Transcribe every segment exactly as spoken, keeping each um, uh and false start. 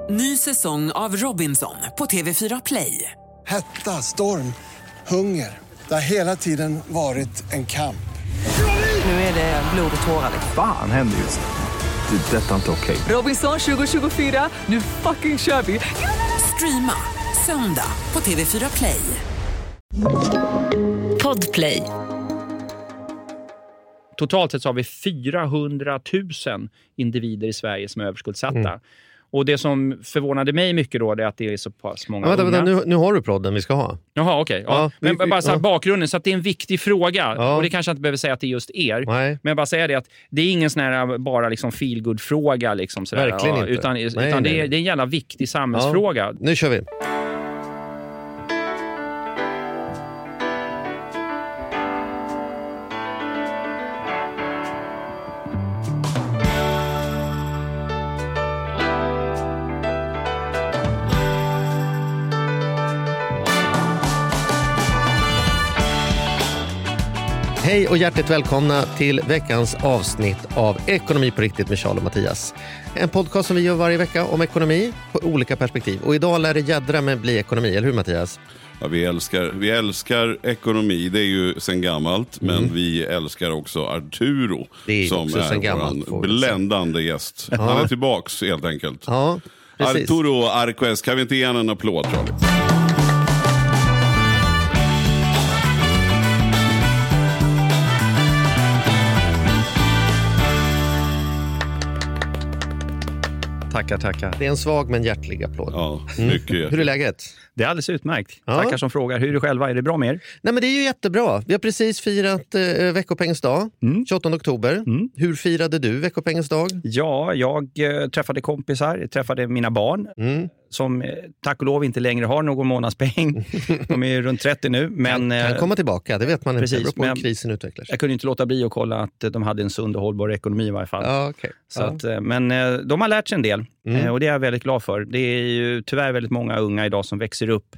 Ny säsong av Robinson på T V fyra Play. Hetta, storm, hunger. Det har hela tiden varit en kamp. Nu är det blod och tårar. Fan händer just det. Det är detta inte okej. Robinson tjugo tjugofyra, nu fucking kör vi. Streama söndag på T V fyra Play. Podplay. Totalt sett så har vi fyrahundratusen individer i Sverige som är överskuldsatta. Mm. Och det som förvånade mig mycket då är att det är så pass många ja, vänta, unga. vänta, nu, nu har du podden vi ska ha. Jaha, okej. Okay, ja. Ja, men vi, vi, bara så här ja. bakgrunden, så att det är en viktig fråga. Ja. Och det kanske jag inte behöver säga att det är just er. Nej. Men jag bara säger det att det är ingen sån här bara liksom feel-good-fråga. Liksom sådär, Verkligen ja, inte. Utan, nej, utan nej. Det, är, det är en jävla viktig samhällsfråga. Ja. Nu kör vi. Hej och hjärtligt välkomna till veckans avsnitt av Ekonomi på riktigt med Charles och Mattias. En podcast som vi gör varje vecka om ekonomi på olika perspektiv. Och idag lär det jädra med bli ekonomi, eller hur Mattias? Ja, vi älskar, vi älskar ekonomi, det är ju sen gammalt, mm. men vi älskar också Arturo är som också är vår bländande gäst. Ja. Han är tillbaks helt enkelt. Ja, precis. Arturo Arquez, kan vi inte ge en applåd, Charlie? Tackar, tackar. Det är en svag men hjärtlig applåd. Ja, mycket. Mm. Hur är läget? Det är alldeles utmärkt. Ja. Tackar som frågar. Hur är det själva? Är det bra med er? Nej, men det är ju jättebra. Vi har precis firat eh, veckopengens dag, Mm. tjugoåttonde oktober. Mm. Hur firade du veckopengens dag? Ja, jag eh, träffade kompisar, jag träffade mina barn. Mm. Som eh, tack och lov inte längre har någon månadspeng. De är runt trettio nu. Men, kan, kan eh, komma tillbaka, det vet man inte. precis, Det beror på hur men krisen utvecklar sig. jag kunde inte låta bli att kolla att de hade en sund och hållbar ekonomi i varje fall. Ja, okay. Så ja. att, eh, men eh, de har lärt sig en del Mm. eh, och det är jag väldigt glad för. Det är ju tyvärr väldigt många unga idag som växer upp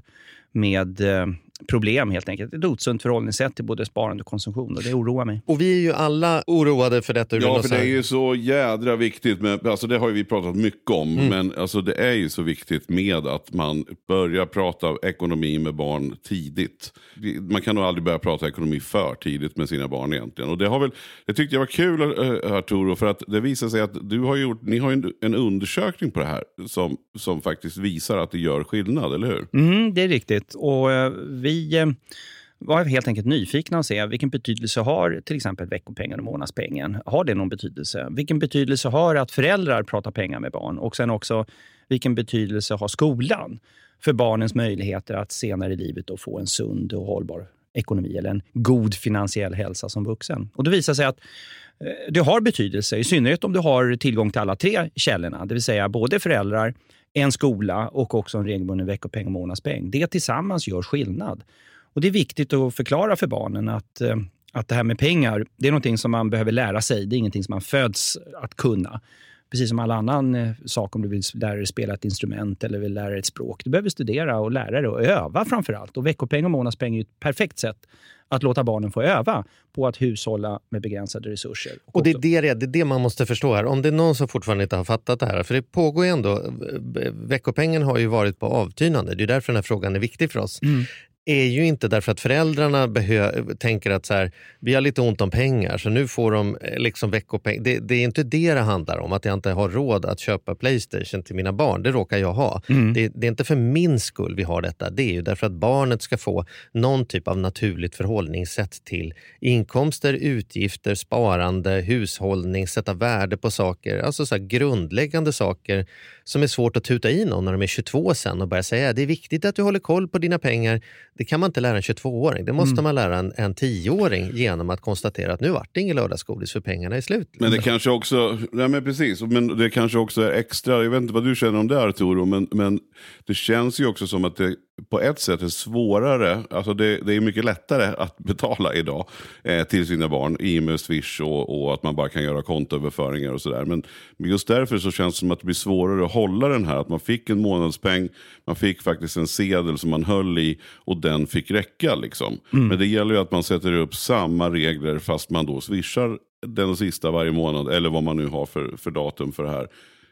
med eh, problem helt enkelt. Ett osunt förhållningssätt till både sparande och konsumtion, och det oroar mig. Och vi är ju alla oroade för detta. Ja, för det är ju så jädra viktigt med, alltså det har ju vi pratat mycket om, mm. men alltså det är ju så viktigt med att man börjar prata ekonomi med barn tidigt. Man kan nog aldrig börja prata ekonomi för tidigt med sina barn egentligen. Och det har väl, det tyckte jag var kul, Arturo, för att det visar sig att du har gjort, ni har ju en undersökning på det här som, som faktiskt visar att det gör skillnad, eller hur? Mm, det är riktigt. Och eh, vi Vi var helt enkelt nyfikna att se vilken betydelse har till exempel veckopengen och månadspengen. Har det någon betydelse? Vilken betydelse har att föräldrar pratar pengar med barn? Och sen också vilken betydelse har skolan för barnens möjligheter att senare i livet då få en sund och hållbar ekonomi eller en god finansiell hälsa som vuxen? Och det visar sig att det har betydelse, i synnerhet om du har tillgång till alla tre källorna. Det vill säga både föräldrar, en skola och också en regelbunden veckopeng och månadspeng. Det tillsammans gör skillnad. Och det är viktigt att förklara för barnen att, att det här med pengar, det är någonting som man behöver lära sig. Det är ingenting som man föds att kunna. Precis som alla annan sak, om du vill lära dig spela ett instrument eller vill lära dig ett språk. Du behöver studera och lära dig och öva framförallt. Och veckopeng och månadspeng är ett perfekt sätt att låta barnen få öva på att hushålla med begränsade resurser. Och, och det, är det, det är det man måste förstå här. Om det är någon som fortfarande inte har fattat det här. För det pågår ju ändå. Veckopengen har ju varit på avtynande. Det är därför den här frågan är viktig för oss. Mm. Är ju inte därför att föräldrarna behö- tänker att så här, vi har lite ont om pengar så nu får de liksom veckopeng. Det, det är inte det det handlar om, att jag inte har råd att köpa PlayStation till mina barn. Det råkar jag ha. Mm. Det, det är inte för min skull vi har detta. Det är ju därför att barnet ska få någon typ av naturligt förhållningssätt till inkomster, utgifter, sparande, hushållning, sätta värde på saker. Alltså så här grundläggande saker som är svårt att tuta in om när de är tjugotvå sen och börja säga det är viktigt att du håller koll på dina pengar. Det kan man inte lära en tjugotvååring. Det måste mm. man lära en, en tioåring genom att konstatera att nu vart det ingen lördagsgodis för pengarna är slut. Men det kanske också, nej men precis, men det kanske också är extra, jag vet inte vad du känner om det, Arturo, men, men det känns ju också som att det på ett sätt är svårare, alltså det, det är mycket lättare att betala idag eh, till sina barn i och med Swish och, och att man bara kan göra kontoöverföringar och sådär. Men just därför så känns det som att det blir svårare att hålla den här, att man fick en månadspeng, man fick faktiskt en sedel som man höll i och den fick räcka liksom. Mm. Men det gäller ju att man sätter upp samma regler fast man då swishar den sista varje månad eller vad man nu har för, för datum för det här.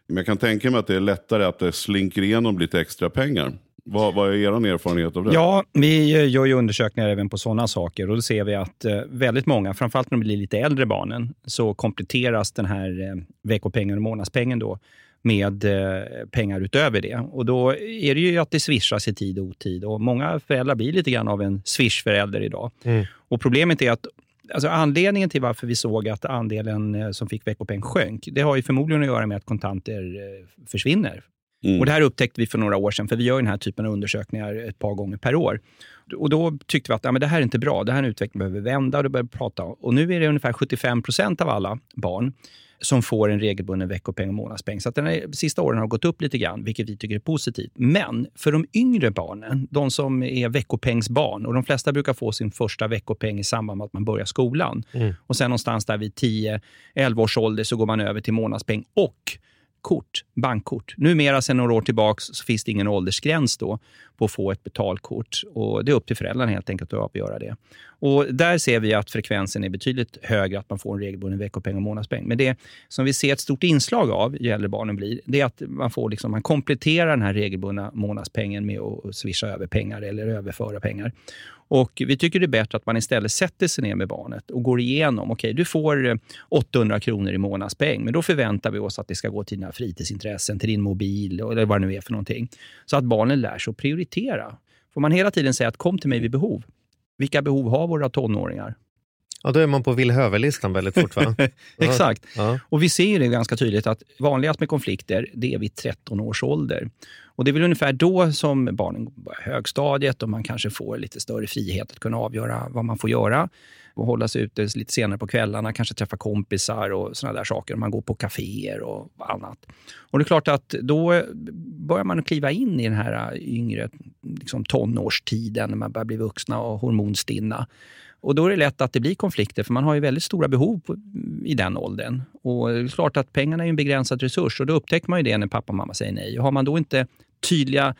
Men jag kan tänka mig att det är lättare att det slinker igenom lite extra pengar. Vad, vad är er erfarenhet av det? Ja, vi gör ju undersökningar även på sådana saker och då ser vi att eh, väldigt många, framförallt när de blir lite äldre barnen, så kompletteras den här eh, veckopengen och månadspengen då med eh, pengar utöver det. Och då är det ju att det swishas i tid och otid och många föräldrar blir lite grann av en swishförälder idag. Mm. Och problemet är att alltså anledningen till varför vi såg att andelen eh, som fick veckopeng sjönk, det har ju förmodligen att göra med att kontanter eh, försvinner. Mm. Och det här upptäckte vi för några år sedan, för vi gör den här typen av undersökningar ett par gånger per år. Och då tyckte vi att ja, men det här är inte bra, det här är en utveckling behöver vända och det behöver prata om. Och nu är det ungefär sjuttiofem procent av alla barn som får en regelbunden veckopeng och månadspeng. Så att den här, sista åren har gått upp lite grann, vilket vi tycker är positivt. Men för de yngre barnen, de som är veckopengsbarn, och de flesta brukar få sin första veckopeng i samband med att man börjar skolan. Mm. Och sen någonstans där vid tio elva års ålder så går man över till månadspeng och kort, bankkort. Numera sedan några år tillbaka så finns det ingen åldersgräns då på att få ett betalkort. Och det är upp till föräldrarna helt enkelt att avgöra det. Och där ser vi att frekvensen är betydligt högre att man får en regelbunden veckopeng och månadspeng. Men det som vi ser ett stort inslag av i äldre barnen blir, det är att man får liksom, man kompletterar den här regelbundna månadspengen med att swisha över pengar eller överföra pengar. Och vi tycker det är bättre att man istället sätter sig ner med barnet och går igenom. Okej, du får åttahundra kronor i månadspeng, men då förväntar vi oss att det ska gå till dina fritidsintressen, till din mobil eller vad det nu är för någonting. Så att barnen lär sig att prioritera. Får man hela tiden säga att kom till mig vid behov. Vilka behov har våra tonåringar? Ja, då är man på Villhöverlistan väldigt fort, va? Exakt. Ja. Och vi ser ju det ganska tydligt att vanligast med konflikter, det är vid tretton års ålder. Och det är väl ungefär då som barnen går högstadiet och man kanske får lite större frihet att kunna avgöra vad man får göra. Och hålla sig ute lite senare på kvällarna, kanske träffa kompisar och såna där saker. Man går på kaféer och annat. Och det är klart att då börjar man kliva in i den här yngre liksom tonårstiden när man börjar bli vuxna och hormonstinna. Och då är det lätt att det blir konflikter för man har ju väldigt stora behov på, i den åldern. Och det är klart att pengarna är en begränsad resurs och då upptäcker man ju det när pappa och mamma säger nej. Och har man då inte tydliga,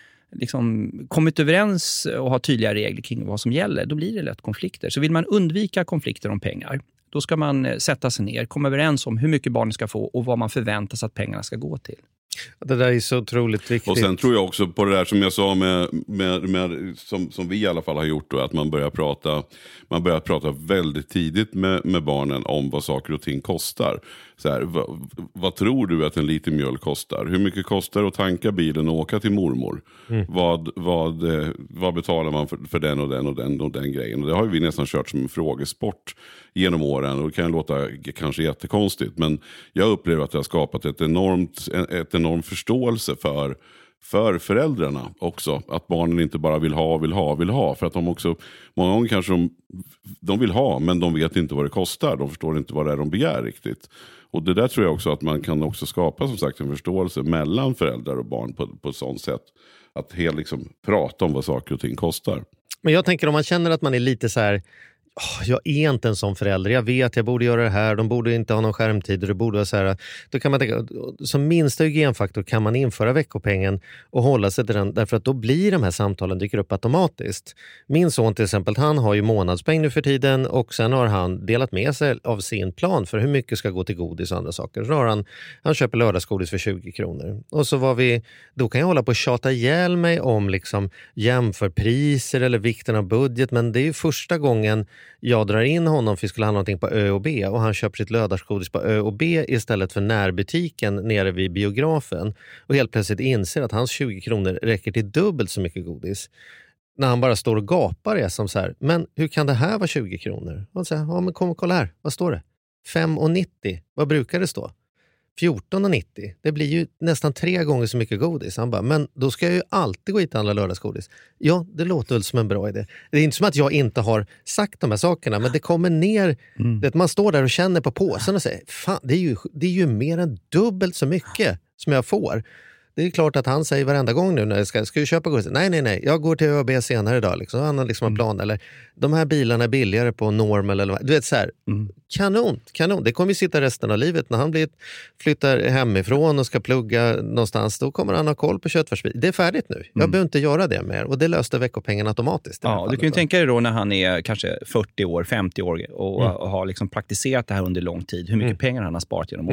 liksom, kommit överens och har tydliga regler kring vad som gäller, då blir det lätt konflikter. Så vill man undvika konflikter om pengar, då ska man sätta sig ner, komma överens om hur mycket barnen ska få och vad man förväntar sig att pengarna ska gå till. Det där är så otroligt viktigt. Och sen tror jag också på det där som jag sa med, med, med som, som vi i alla fall har gjort då, att man börjar prata man börjar prata väldigt tidigt med, med barnen om vad saker och ting kostar. Så här, vad, vad tror du att en liter mjölk kostar? Hur mycket kostar det att tanka bilen och åka till mormor? Mm. Vad, vad, vad betalar man för, för den och den och den och den grejen? Och det har vi nästan kört som en frågesport genom åren och det kan låta kanske jättekonstigt, men jag upplever att det har skapat ett enormt, ett enorm förståelse för för föräldrarna också, att barnen inte bara vill ha, vill ha, vill ha, för att de också, många gånger kanske de, de vill ha, men de vet inte vad det kostar, de förstår inte vad det är de begär riktigt. Och det där tror jag också att man kan också skapa som sagt en förståelse mellan föräldrar och barn på, på ett sånt sätt, att helt liksom prata om vad saker och ting kostar. Men jag tänker om man känner att man är lite så här, oh, jag är inte en sån förälder, jag vet jag borde göra det här, de borde inte ha någon skärmtid och det borde vara så här, då kan man tänka, som minsta hygienfaktor kan man införa veckopengen och hålla sig till den, därför att då blir de här samtalen dyker upp automatiskt. Min son till exempel, han har ju månadspeng nu för tiden och sen har han delat med sig av sin plan för hur mycket ska gå till godis och andra saker. Så har han, han köper lördagsgodis för tjugo kronor och så var vi, då kan jag hålla på och tjata ihjäl mig om liksom jämförpriser eller vikten av budget, men det är ju första gången jag drar in honom för att skulle handla någonting på Ö och B och han köper sitt lördagsgodis på Ö och B istället för närbutiken nere vid biografen och helt plötsligt inser att hans tjugo kronor räcker till dubbelt så mycket godis. När han bara står och gapar är som så här, men hur kan det här vara tjugo kronor? Och så här, ja men kom och kolla här, vad står det? fem och nittio, vad brukar det stå? fjorton och nittio, det blir ju nästan tre gånger så mycket godis. Han bara, men då ska jag ju alltid gå hit och handla lördagsgodis. Ja, det låter väl som en bra idé. Det är inte som att jag inte har sagt de här sakerna, men det kommer ner, mm. det, man står där och känner på påsen och säger, fan, det är ju, det är ju mer än dubbelt så mycket som jag får. Det är klart att han säger varenda gång nu när jag ska, ska jag köpa godis? Nej, nej, nej. Jag går till Ö och B senare idag. Liksom. Han har liksom en plan. Eller de här bilarna är billigare på Normal. Eller, du vet så här. Mm. Kanon, kanon. Det kommer ju sitta resten av livet. När han blir, flyttar hemifrån och ska plugga någonstans, då kommer han ha koll på köttfärsbil. Det är färdigt nu. Jag mm. behöver inte göra det mer. Och det löste veckopengen automatiskt. Ja, du kan ju då tänka dig då när han är kanske fyrtio år, femtio år och, mm. och har liksom praktiserat det här under lång tid. Hur mycket mm. pengar han har sparat genom åren. Mm.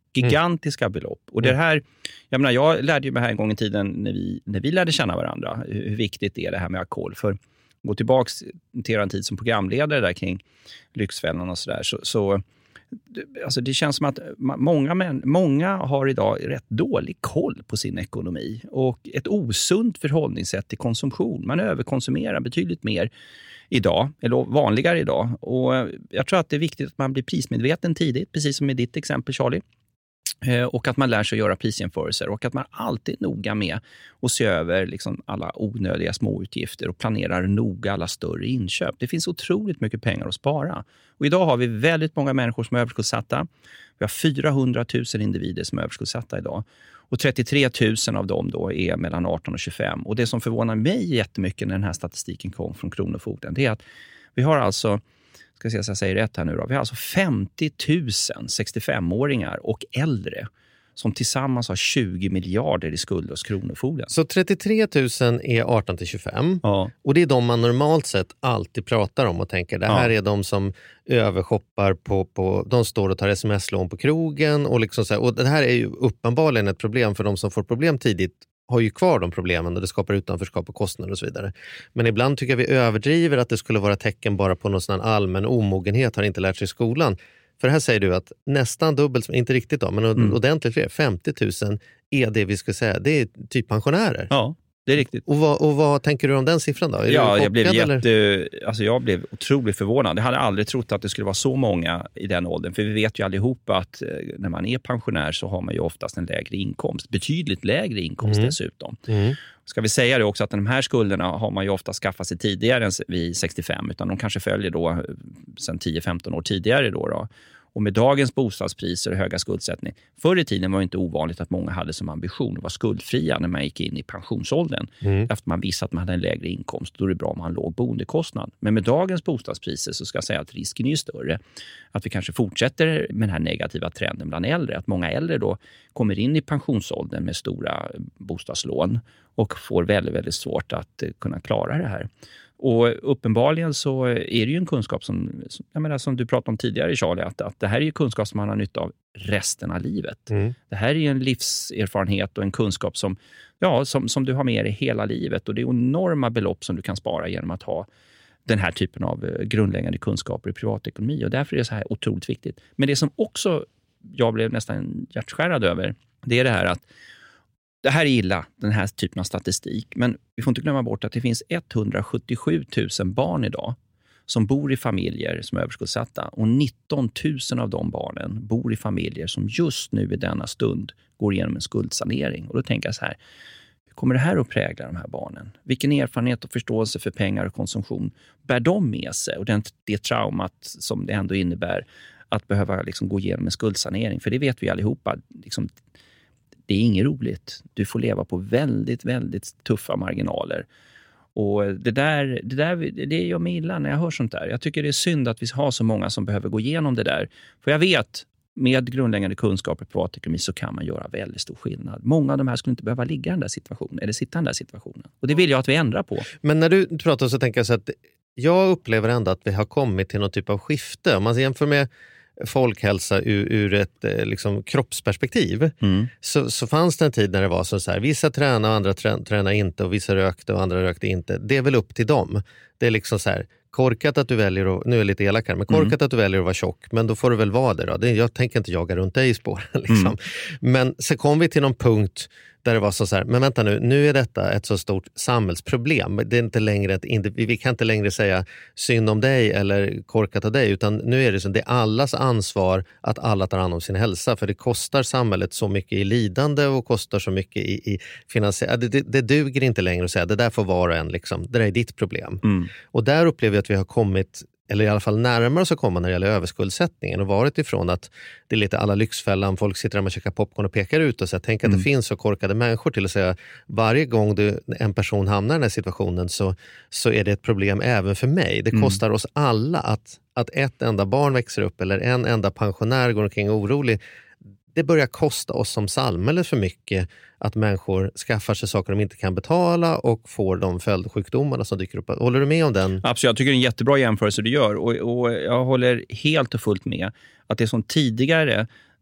Gigantiska mm. belopp. Och det mm. här, jag menar, jag lärde ju mig här en gång i tiden när vi, när vi lärde känna varandra, hur viktigt det är det här med alkohol. För gå tillbaka till en tid som programledare där kring Lyxfällan och sådär, så, så alltså det känns som att många, män, många har idag rätt dålig koll på sin ekonomi och ett osunt förhållningssätt till konsumtion. Man överkonsumerar betydligt mer idag, eller vanligare idag. Och jag tror att det är viktigt att man blir prismedveten tidigt, precis som i ditt exempel, Charlie. Och att man lär sig att göra prisjämförelser och att man alltid är noga med att se över liksom alla onödiga småutgifter och planerar noga alla större inköp. Det finns otroligt mycket pengar att spara. Och idag har vi väldigt många människor som är överskuldsatta. Vi har fyrahundratusen individer som är överskuldsatta idag. Och trettiotre tusen av dem då är mellan arton och tjugofem. Och det som förvånar mig jättemycket när den här statistiken kom från Kronofogden, det är att vi har alltså, ska jag säga så jag säger rätt här nu då, vi har alltså femtio tusen sextiofemåringar och äldre som tillsammans har tjugo miljarder i skuld hos Kronofogden. Så trettiotre tusen är arton till tjugofem. Ja. Och det är de man normalt sett alltid pratar om och tänker, det här ja. är de som övershoppar på, på, de står och tar sms-lån på krogen. Och, liksom så här, och det här är ju uppenbarligen ett problem för de som får problem tidigt, har ju kvar de problemen och det skapar utanförskap och kostnader och så vidare. Men ibland tycker jag vi överdriver att det skulle vara tecken bara på någon sån allmän omogenhet, har inte lärt sig i skolan. För här säger du att nästan dubbelt, inte riktigt då, men mm. ordentligt fler, femtio tusen är det vi ska säga, det är typ pensionärer. Ja, det är riktigt. Och vad, och vad tänker du om den siffran då? Är ja, chockad, jag blev, jätte, eller? alltså jag blev otroligt förvånad. Jag hade aldrig trott att det skulle vara så många i den åldern. För vi vet ju allihopa att när man är pensionär så har man ju oftast en lägre inkomst. Betydligt lägre inkomst mm. dessutom. Mm. Ska vi säga det också att de här skulderna har man ju ofta skaffat sig tidigare än vid sextiofem. Utan de kanske följer då sedan tio femton år tidigare då då. Och med dagens bostadspriser och höga skuldsättning. Förr i tiden var det inte ovanligt att många hade som ambition att vara skuldfria när man gick in i pensionsåldern. Mm. Efter man visste att man hade en lägre inkomst. Då är det bra om man har en låg boendekostnad. Men med dagens bostadspriser så ska jag säga att risken är ju större. Att vi kanske fortsätter med den här negativa trenden bland äldre. Att många äldre då kommer in i pensionsåldern med stora bostadslån. Och får väldigt, väldigt svårt att kunna klara det här. Och uppenbarligen så är det ju en kunskap som, jag menar, som du pratade om tidigare, Charlie, att, att det här är ju kunskap som man har nytta av resten av livet. Mm. Det här är ju en livserfarenhet och en kunskap som, ja, som, som du har med dig hela livet. Och det är enorma belopp som du kan spara genom att ha den här typen av grundläggande kunskaper i privatekonomi. Och därför är det så här otroligt viktigt. Men det som också jag blev nästan hjärtskärrad över, det är det här att det här är illa, den här typen av statistik. Men vi får inte glömma bort att det finns etthundrasjuttiosju tusen barn idag som bor i familjer som är överskuldsatta. Och nitton tusen av de barnen bor i familjer som just nu i denna stund går igenom en skuldsanering. Och då tänker jag så här, hur kommer det här att prägla de här barnen? Vilken erfarenhet och förståelse för pengar och konsumtion bär de med sig? Och det, det traumat som det ändå innebär att behöva liksom gå igenom en skuldsanering. För det vet vi allihopa, liksom, det är inget roligt. Du får leva på väldigt, väldigt tuffa marginaler. Och det där, det där det gör mig illa när jag hör sånt där. Jag tycker det är synd att vi har så många som behöver gå igenom det där. För jag vet, med grundläggande kunskaper i privatekonomi så kan man göra väldigt stor skillnad. Många av de här skulle inte behöva ligga i den där situationen, eller sitta i den där situationen. Och det vill jag att vi ändrar på. Men när du pratar så tänker jag så att jag upplever ändå att vi har kommit till någon typ av skifte. Om man jämför med folkhälsa ur, ur ett liksom, kroppsperspektiv mm. så, så fanns det en tid när det var så, så här, vissa tränar och andra trä, tränar inte och vissa rökte och andra rökte inte. Det är väl upp till dem. Det är liksom så här, korkat att du väljer att, nu är jag lite elakare, men korkat mm. att du väljer att vara tjock, men då får du väl vara det då. Det, jag tänker inte jaga runt dig i spår. Liksom. Mm. Men så kom vi till någon punkt där det var så, så här, men vänta nu, nu är detta ett så stort samhällsproblem. Det är inte längre ett, vi kan inte längre säga synd om dig eller korkat av dig, utan nu är det så, det är allas ansvar att alla tar hand om sin hälsa, för det kostar samhället så mycket i lidande och kostar så mycket i, i finansiella, det, det, det duger inte längre att säga, det där får var och en liksom, det där är ditt problem. Mm. Och där upplever jag att vi har kommit, eller i alla fall närmare oss att komma när det gäller överskuldsättningen och varit ifrån att det är lite alla Lyxfällan, folk sitter där och käkar popcorn och pekar ut och så tänk att mm. det finns så korkade människor till att säga varje gång du, en person hamnar i den här situationen så, så är det ett problem även för mig. Det kostar mm. oss alla att, att ett enda barn växer upp eller en enda pensionär går omkring orolig. Det börjar kosta oss som samhälle för mycket att människor skaffar sig saker de inte kan betala och får de följdsjukdomarna som dyker upp. Håller du med om den? Absolut, jag tycker det är en jättebra jämförelse du gör och, och jag håller helt och fullt med att det som tidigare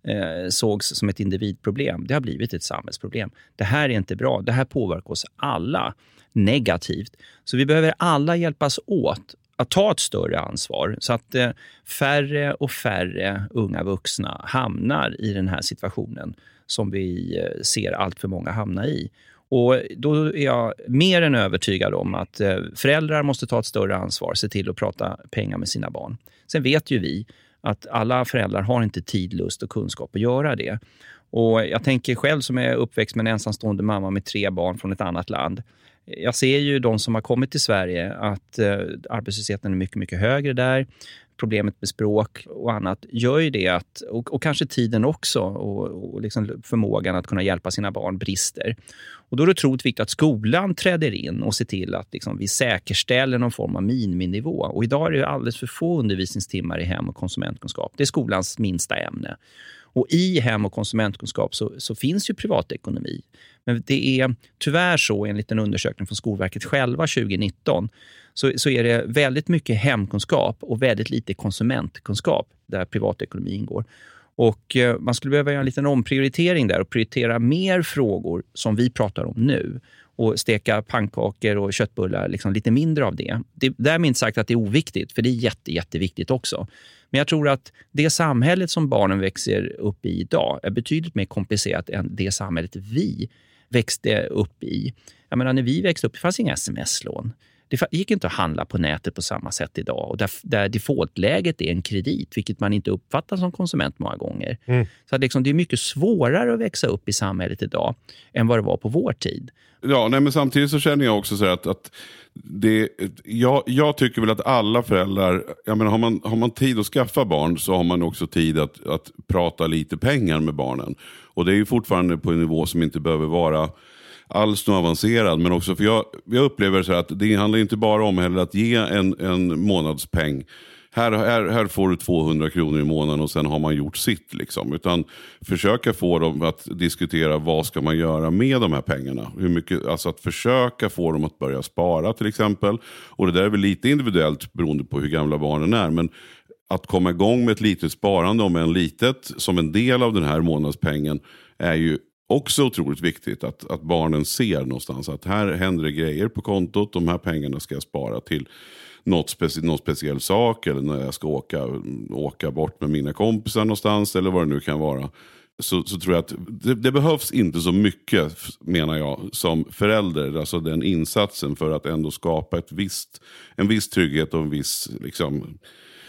eh, sågs som ett individproblem. Det har blivit ett samhällsproblem. Det här är inte bra. Det här påverkar oss alla negativt. Så vi behöver alla hjälpas åt att ta ett större ansvar så att eh, färre och färre unga vuxna hamnar i den här situationen som vi eh, ser allt för många hamna i. Och då är jag mer än övertygad om att eh, föräldrar måste ta ett större ansvar, se till att prata pengar med sina barn. Sen vet ju vi att alla föräldrar har inte tid, lust och kunskap att göra det. Och jag tänker själv som är uppväxt med en ensamstående mamma med tre barn från ett annat land. Jag ser ju de som har kommit till Sverige att eh, arbetslösheten är mycket, mycket högre där. Problemet med språk och annat gör ju det att, och, och kanske tiden också och, och liksom förmågan att kunna hjälpa sina barn brister. Och då är det otroligt viktigt att skolan träder in och ser till att liksom, vi säkerställer någon form av miniminivå. Och idag är det alldeles för få undervisningstimmar i hem- och konsumentkunskap. Det är skolans minsta ämne. Och i hem- och konsumentkunskap så, så finns ju privatekonomi. Men det är tyvärr så, enligt en undersökning från Skolverket själva tjugonitton, så, så är det väldigt mycket hemkunskap och väldigt lite konsumentkunskap där privatekonomi ingår. Och eh, man skulle behöva göra en liten omprioritering där och prioritera mer frågor som vi pratar om nu. Och steka pannkakor och köttbullar, liksom lite mindre av det. Det därmed inte sagt att det är oviktigt, för det är jätte, jätteviktigt också. Men jag tror att det samhället som barnen växer upp i idag är betydligt mer komplicerat än det samhället vi växte upp i. Jag menar, när vi växte upp, det fanns inga sms-lån. Det gick inte att handla på nätet på samma sätt idag. Och där, där defaultläget är en kredit, vilket man inte uppfattar som konsument många gånger. Mm. Så att liksom, det är mycket svårare att växa upp i samhället idag än vad det var på vår tid. Ja, nej, men samtidigt så känner jag också så att, att det, jag, jag tycker väl att alla föräldrar, jag menar, har man, har man tid att skaffa barn så har man också tid att, att prata lite pengar med barnen. Och det är ju fortfarande på en nivå som inte behöver vara alls något avancerad, men också för jag, jag upplever så att det handlar inte bara om heller att ge en, en månadspeng. Här, här, här får du tvåhundra kronor i månaden och sen har man gjort sitt liksom. Utan försöka få dem att diskutera vad ska man göra med de här pengarna. Hur mycket, alltså att försöka få dem att börja spara till exempel. Och det där är väl lite individuellt beroende på hur gamla barnen är, men att komma igång med ett litet sparande om en litet som en del av den här månadspengen är ju också otroligt viktigt att, att barnen ser någonstans att här händer det grejer på kontot. De här pengarna ska jag spara till något, speci- någon speciell sak eller när jag ska åka, åka bort med mina kompisar någonstans eller vad det nu kan vara. Så, så tror jag att det, det behövs inte så mycket, menar jag, som förälder. Alltså den insatsen för att ändå skapa ett visst, en viss trygghet och en viss liksom...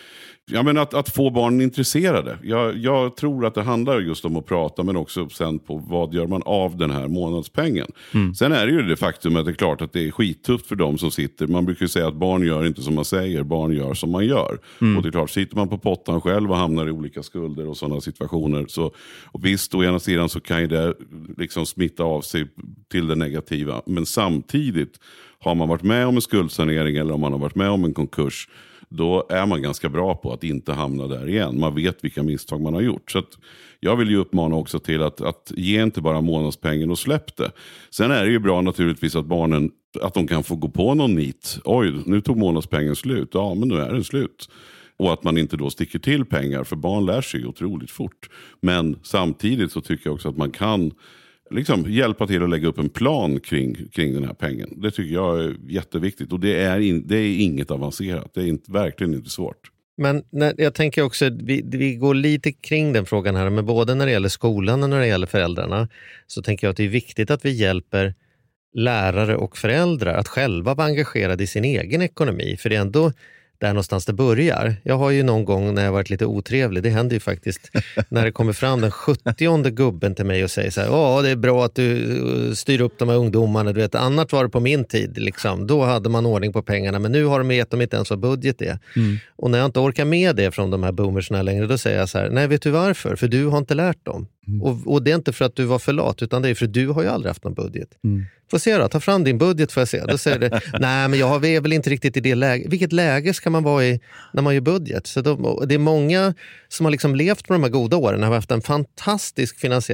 Ja, men att, att få barnen intresserade. Jag, jag tror att det handlar just om att prata, men också sen på vad gör man av den här månadspengen. Mm. Sen är det ju det faktum att det är klart att det är skittufft för dem som sitter. Man brukar ju säga att barn gör inte som man säger, barn gör som man gör. Mm. Och det är klart, sitter man på pottan själv och hamnar i olika skulder och sådana situationer. Så, och visst, å ena sidan så kan ju det liksom smitta av sig till det negativa. Men samtidigt har man varit med om en skuldsanering eller om man har varit med om en konkurs, då är man ganska bra på att inte hamna där igen. Man vet vilka misstag man har gjort. Så att jag vill ju uppmana också till att, att ge inte bara månadspengen och släpp det. Sen är det ju bra naturligtvis att barnen, att de kan få gå på någon nit. Oj, nu tog månadspengen slut. Ja, men nu är den slut. Och att man inte då sticker till pengar, för barn lär sig otroligt fort. Men samtidigt så tycker jag också att man kan liksom hjälpa till att lägga upp en plan kring, kring den här pengen. Det tycker jag är jätteviktigt. Och det är, in, det är inget avancerat. Det är inte, verkligen inte svårt. Men när, jag tänker också, vi, vi går lite kring den frågan här, men både när det gäller skolan och när det gäller föräldrarna, så tänker jag att det är viktigt att vi hjälper lärare och föräldrar att själva vara engagerade i sin egen ekonomi. För det är ändå där någonstans det börjar. Jag har ju någon gång när jag varit lite otrevlig, det händer ju faktiskt, när det kommer fram den sjuttionde gubben till mig och säger så här: ja, det är bra att du styr upp de här ungdomarna, du vet, annars var det på min tid liksom. Då hade man ordning på pengarna, men nu har de gett dem inte ens vad budget är. Mm. Och när jag inte orkar med det från de här boomersna längre, då säger jag så här: nej, vet du varför? För du har inte lärt dem. Mm. Och, och det är inte för att du var för lat, utan det är för att du har ju aldrig haft någon budget. Mm. Får se då, ta fram din budget får jag se. Då säger det, nej men jag är väl inte riktigt i det läget. Vilket läge ska man vara i när man gör budget? Så de, det är många som har liksom levt på de här goda åren, har haft en fantastisk finansiell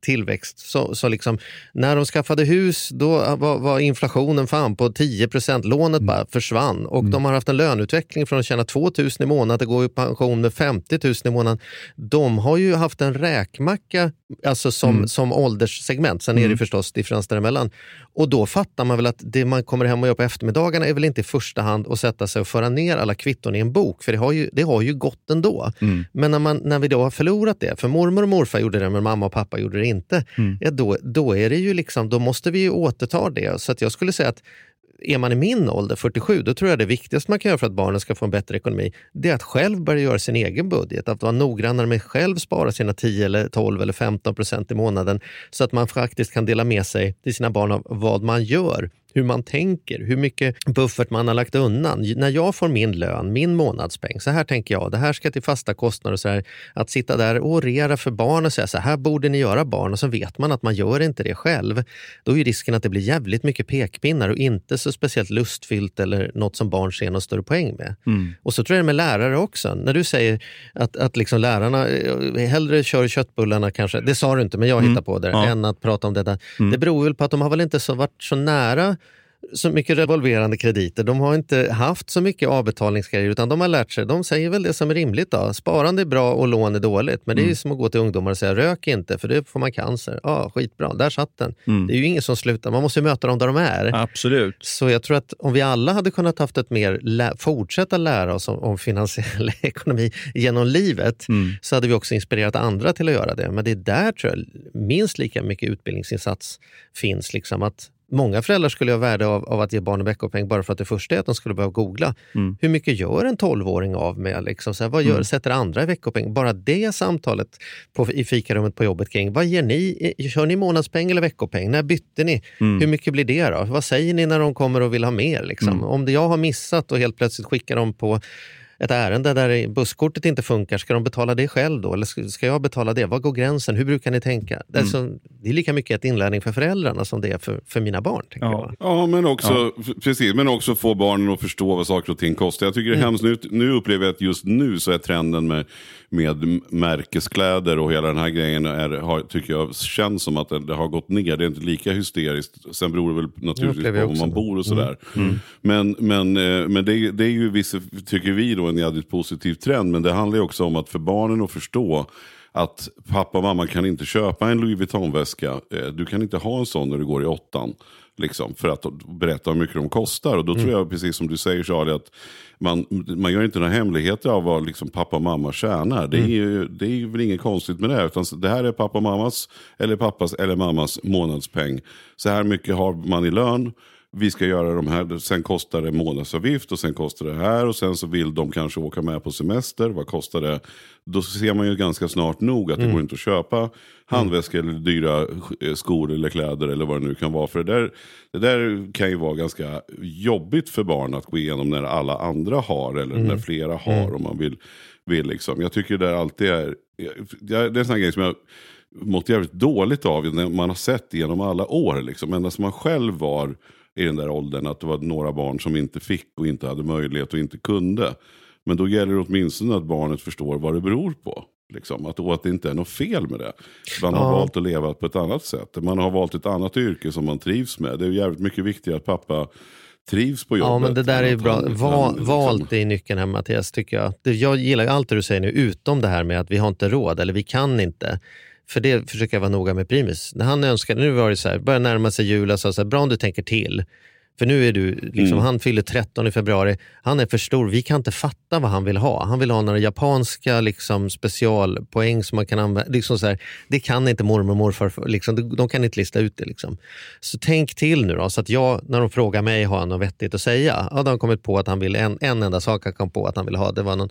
tillväxt. Så, så liksom, när de skaffade hus, då var, var inflationen fan på tio procent. Lånet mm. bara försvann. Och mm. de har haft en löneutveckling från att tjäna två tusen i månaden att gå i pension med femtio tusen i månaden. De har ju haft en räkmacka alltså som, mm. som ålderssegment. Sen mm. är det förstås differens däremellan. Och då fattar man väl att det man kommer hem och gör på eftermiddagarna är väl inte i första hand att sätta sig och föra ner alla kvitton i en bok. För det har ju, det har ju gått ändå. Mm. Men när, man, när vi då har förlorat det, för mormor och morfar gjorde det men mamma och pappa gjorde det inte. Mm. Ja, då, då är det ju liksom, då måste vi ju återta det. Så att jag skulle säga att är man i min ålder, fyrtiosju, då tror jag det viktigaste man kan göra för att barnen ska få en bättre ekonomi, det är att själv börja göra sin egen budget. Att vara noggrannare med själv spara sina tio eller tolv eller femton procent i månaden så att man faktiskt kan dela med sig till sina barn av vad man gör. Hur man tänker, hur mycket buffert man har lagt undan. När jag får min lön, min månadspeng, så här tänker jag, det här ska till fasta kostnader. Så här, att sitta där och orera för barn och säga så här borde ni göra barn, och så vet man att man gör inte det själv. Då är ju risken att det blir jävligt mycket pekpinnar och inte så speciellt lustfyllt eller något som barn ser någon större poäng med. Mm. Och så tror jag det med lärare också. När du säger att, att liksom lärarna hellre kör köttbullarna kanske, det sa du inte men jag hittar mm. på det, ja. än att prata om detta. Mm. Det beror väl på att de har väl inte så varit så nära så mycket revolverande krediter. De har inte haft så mycket avbetalningsgrejer utan de har lärt sig, de säger väl det som är rimligt då. Sparande är bra och lån är dåligt. Men det är ju mm. som att gå till ungdomar och säga rök inte för det får man cancer. Ja, skitbra, där satt den. Mm. Det är ju ingen som slutar, man måste ju möta dem där de är. Absolut. Så jag tror att om vi alla hade kunnat haft ett mer, lä- fortsätta lära oss om, om finansiell ekonomi genom livet mm. så hade vi också inspirerat andra till att göra det. Men det är där tror jag minst lika mycket utbildningsinsats finns liksom att många föräldrar skulle ha värde av, av att ge barnen veckopeng bara för att det första är att de skulle behöva googla. Mm. Hur mycket gör en tolvåring av med? Liksom, så här, vad gör, mm. sätter andra i veckopeng? Bara det samtalet på, i fikarummet på jobbet kring. Vad ger ni? Kör ni månadspeng eller veckopeng? När bytte ni? Mm. Hur mycket blir det då? Vad säger ni när de kommer och vill ha mer? Liksom? Mm. Om det jag har missat och helt plötsligt skickar dem på ett ärende där busskortet inte funkar, ska de betala det själv då? Eller ska jag betala det? Vad går gränsen? Hur brukar ni tänka? Mm. Alltså, det är lika mycket ett inlärning för föräldrarna som det är för, för mina barn. Ja. Jag. ja, men också ja. precis, men också få barnen att förstå vad saker och ting kostar. Jag tycker det är mm. hemskt. Nu, nu upplever jag att just nu så är trenden med, med märkeskläder och hela den här grejen är, har, tycker jag känns som att det, det har gått ner. Det är inte lika hysteriskt. Sen beror det väl naturligtvis på om man bor och sådär. Mm. Mm. Men, men, men det, det är ju vissa, tycker vi då, en jävligt positiv trend, men det handlar ju också om att för barnen att förstå att pappa och mamma kan inte köpa en Louis Vuitton-väska. Du kan inte ha en sån när du går i åttan. Liksom, för att berätta hur mycket de kostar. Och då mm. tror jag, precis som du säger Charlie, att man, man gör inte några hemligheter av vad liksom pappa och mamma tjänar. Det är ju, det är ju väl inget konstigt med det. Utan det här är pappa och mammas, eller pappas eller mammas månadspeng. Så här mycket har man i lön. Vi ska göra de här, sen kostar det månadsavgift och sen kostar det här och sen så vill de kanske åka med på semester. Vad kostar det? Då ser man ju ganska snart nog att det mm. går inte att köpa handväskor eller dyra skor eller kläder eller vad det nu kan vara. För det där, det där kan ju vara ganska jobbigt för barn att gå igenom när alla andra har eller mm. när flera har mm. om man vill, vill liksom. Jag tycker det där alltid är, det är en sån här grej som jag mått jävligt dåligt av när man har sett genom alla år liksom. Ända som man själv var i den där åldern, att det var några barn som inte fick och inte hade möjlighet och inte kunde. Men då gäller det åtminstone att barnet förstår vad det beror på. Liksom. Att, och att det inte är något fel med det. Man har ja. valt att leva på ett annat sätt. Man har valt ett annat yrke som man trivs med. Det är jävligt mycket viktigare att pappa trivs på jobbet. Ja, men det där är bra. Val, liksom. Valt är nyckeln här, Mattias, tycker jag. Det, jag gillar allt det du säger nu, utom det här med att vi har inte råd eller vi kan inte. För det försöker jag vara noga med Primus. När han önskade, nu var det så här, börjar närma sig jul och så här, bra om du tänker till. För nu är du, liksom, mm. han fyller tretton i februari. Han är för stor, vi kan inte fatta vad han vill ha. Han vill ha några japanska liksom, specialpoäng som man kan använda. Liksom så här, det kan inte mormor och morfar, liksom, de, de kan inte lista ut det. Liksom. Så tänk till nu då, så att jag, när de frågar mig, har han något vettigt att säga? Ja, de har kommit på att han vill, en, en enda sak han kom på att han vill ha. Det var någon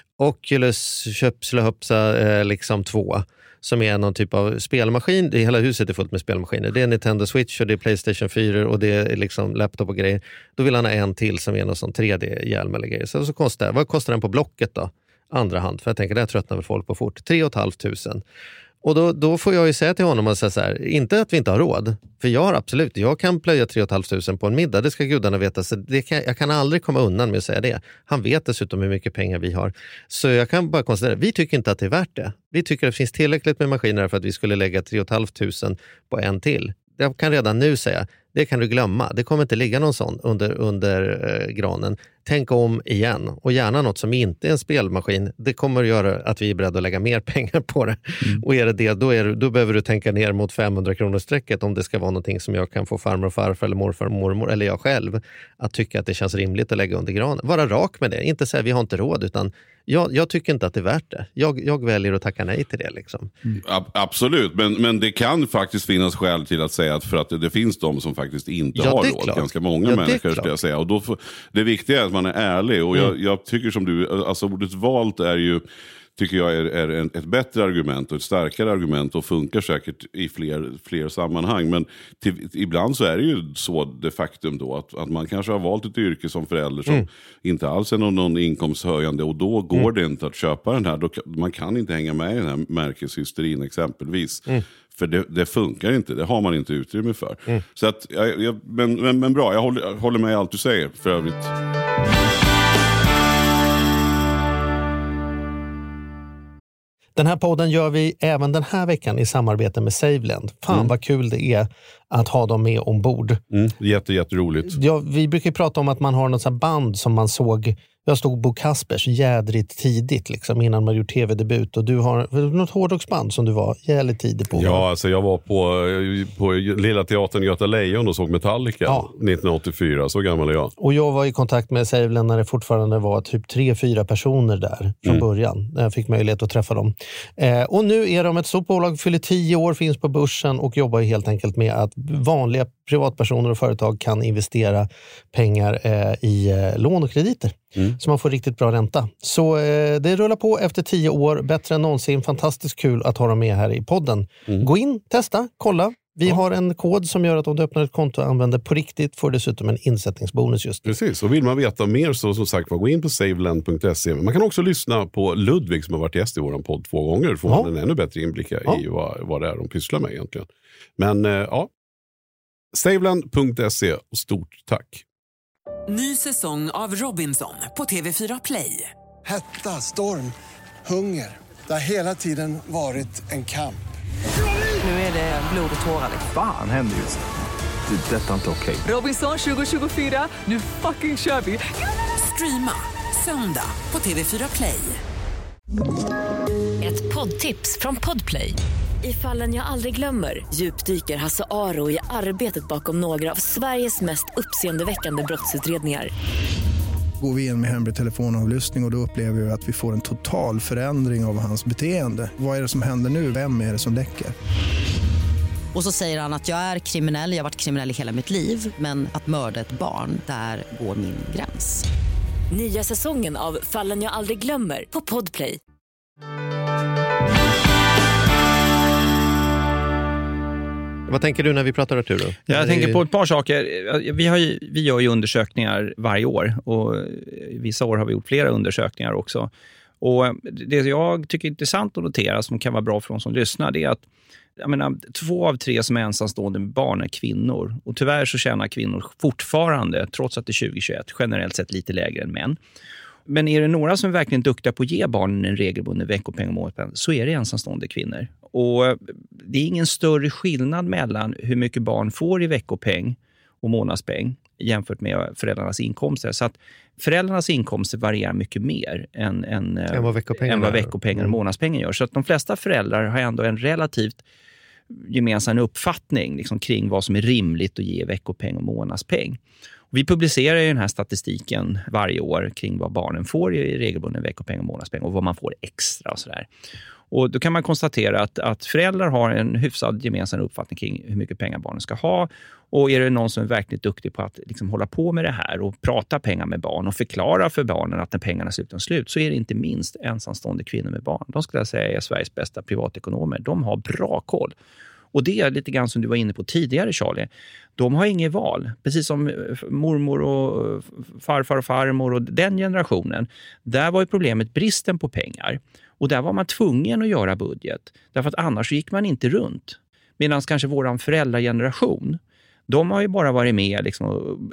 Oculus Köpslöhöpsa eh, liksom två. Som är någon typ av spelmaskin. Det, hela huset är fullt med spelmaskiner. Det är Nintendo Switch och det är PlayStation fyra och det är liksom laptop och grejer. Då vill han ha en till som är någon sån tre D-hjälm eller grejer. Så, så kostar, vad kostar den på Blocket då? Andra hand. För jag tänker, det tröttnar väl folk på fort. tre och ett halvt tusen. Och då, då får jag ju säga till honom och säga så här, inte att vi inte har råd. För jag har absolut, jag kan plöja tre och ett halvt tusen på en middag, det ska gudarna veta. Så det kan, jag kan aldrig komma undan med att säga det. Han vet dessutom hur mycket pengar vi har. Så jag kan bara konstatera, vi tycker inte att det är värt det. Vi tycker att det finns tillräckligt med maskiner för att vi skulle lägga tre och ett halvt tusen på en till. Jag kan redan nu säga, det kan du glömma. Det kommer inte ligga någon sån under, under eh, granen. Tänk om igen. Och gärna något som inte är en spelmaskin. Det kommer att göra att vi är beredda att lägga mer pengar på det. Mm. Och är det det, då, är det, då behöver du tänka ner mot femhundra kronor strecket om det ska vara någonting som jag kan få farmor och farfar eller morfar och mormor eller jag själv att tycka att det känns rimligt att lägga under granen. Vara rak med det. Inte säga vi har inte råd, utan jag, jag tycker inte att det är värt det. Jag, jag väljer att tacka nej till det. Liksom. Mm. A- absolut, men, men det kan faktiskt finnas skäl till att säga att för att det, det finns de som faktiskt inte ja, har råd. Klart. Ganska många ja, människor ska jag säga. Och då får, det viktiga är att man är ärlig. Och mm. jag, jag tycker som du, alltså ordet valt är ju, tycker jag är, är en, ett bättre argument och ett starkare argument och funkar säkert i fler, fler sammanhang. Men till, ibland så är det ju så det faktum då att, att man kanske har valt ett yrke som förälder som mm. inte alls är någon, någon inkomsthöjande och då går mm. det inte att köpa den här. Då, man kan inte hänga med i den här märkeshysterin exempelvis. Mm. För det, det funkar inte, det har man inte utrymme för. Mm. Så att, jag, jag, men, men, men bra, jag håller, jag håller med i allt du säger för övrigt. Den här podden gör vi även den här veckan i samarbete med SaveLend. Fan mm. vad kul det är att ha dem med ombord. Mm. Jätte, jätteroligt. Ja, vi brukar prata om att man har något sånt band som man såg. Jag stod Bo Kaspers jädrigt tidigt liksom, innan man gjorde tv-debut. Och du har något hårdrocksband som du var jävligt tidig på. Ja, alltså jag var på, på Lilla Teatern Göta Lejon och såg Metallica ja. nittonhundraåttiofyra. Så gammal är jag. Och jag var i kontakt med SaveLend när det fortfarande var typ tre, fyra personer där från mm. början. När jag fick möjlighet att träffa dem. Eh, och nu är de ett stort bolag, fyller tio år, finns på börsen och jobbar helt enkelt med att vanliga privatpersoner och företag kan investera pengar eh, i eh, lån och krediter. Mm. Så man får riktigt bra ränta. Så eh, det rullar på efter tio år. Bättre än någonsin. Fantastiskt kul att ha dem med här i podden. Mm. Gå in, testa, kolla. Vi ja. har en kod som gör att om du öppnar ett konto och använder på riktigt får dessutom en insättningsbonus just nu. Precis, och vill man veta mer så som sagt gå in på saveland punkt se. Man kan också lyssna på Ludvig som har varit gäst i vår podd två gånger. Får ja. man en ännu bättre inblick ja. i vad, vad det är de pysslar med egentligen. Men eh, ja, saveland punkt se och stort tack. Ny säsong av Robinson på T V fyra Play. Hetta, storm, hunger. Det har hela tiden varit en kamp. Nu är det blod och tårar. Fan händer just det. Det är detta inte okej. Robinson tjugo tjugofyra, nu fucking kör vi. Streama söndag på T V fyra Play. Ett poddtips från Podplay. I Fallen jag aldrig glömmer djupdyker Hasse Aro i arbetet bakom några av Sveriges mest uppseendeväckande brottsutredningar. Går vi in med hemlig telefonavlyssning och, och då upplever vi att vi får en total förändring av hans beteende. Vad är det som händer nu? Vem är det som läcker? Och så säger han att jag är kriminell, jag har varit kriminell i hela mitt liv. Men att mörda ett barn, där går min gräns. Nya säsongen av Fallen jag aldrig glömmer på Podplay. Vad tänker du när vi pratar Arturo? Jag tänker på ett par saker. Vi, har ju, vi gör ju undersökningar varje år och vissa år har vi gjort flera undersökningar också. Och det jag tycker är intressant att notera som kan vara bra för de som lyssnar, det är att jag menar, två av tre som är ensamstående med barn är kvinnor. Och tyvärr så tjänar kvinnor fortfarande, trots att det är tjugo tjugoett, generellt sett lite lägre än män. Men är det några som är verkligen duktiga på att ge barnen en regelbunden veckopeng och månadspeng, så är det ensamstående kvinnor. Och det är ingen större skillnad mellan hur mycket barn får i veckopeng och månadspeng jämfört med föräldrarnas inkomster. Så att föräldrarnas inkomster varierar mycket mer än, än, än vad veckopengen, än vad veckopengen och månadspengen gör. Så att de flesta föräldrar har ändå en relativt gemensam uppfattning liksom, kring vad som är rimligt att ge veckopeng och månadspeng. Vi publicerar ju den här statistiken varje år kring vad barnen får i regelbunden veckopeng och månadspeng och vad man får extra och sådär. Och då kan man konstatera att, att föräldrar har en hyfsad gemensam uppfattning kring hur mycket pengar barnen ska ha. Och är det någon som är verkligen duktig på att liksom hålla på med det här och prata pengar med barn och förklara för barnen att när pengarna slutar slut, så är det inte minst ensamstående kvinnor med barn. De skulle jag säga är Sveriges bästa privatekonomer. De har bra koll. Och det är lite grann som du var inne på tidigare, Charlie. De har inget val. Precis som mormor och farfar och farmor och den generationen. Där var ju problemet bristen på pengar. Och där var man tvungen att göra budget. Därför att annars gick man inte runt. Medan kanske våran föräldrageneration, de har ju bara varit med liksom,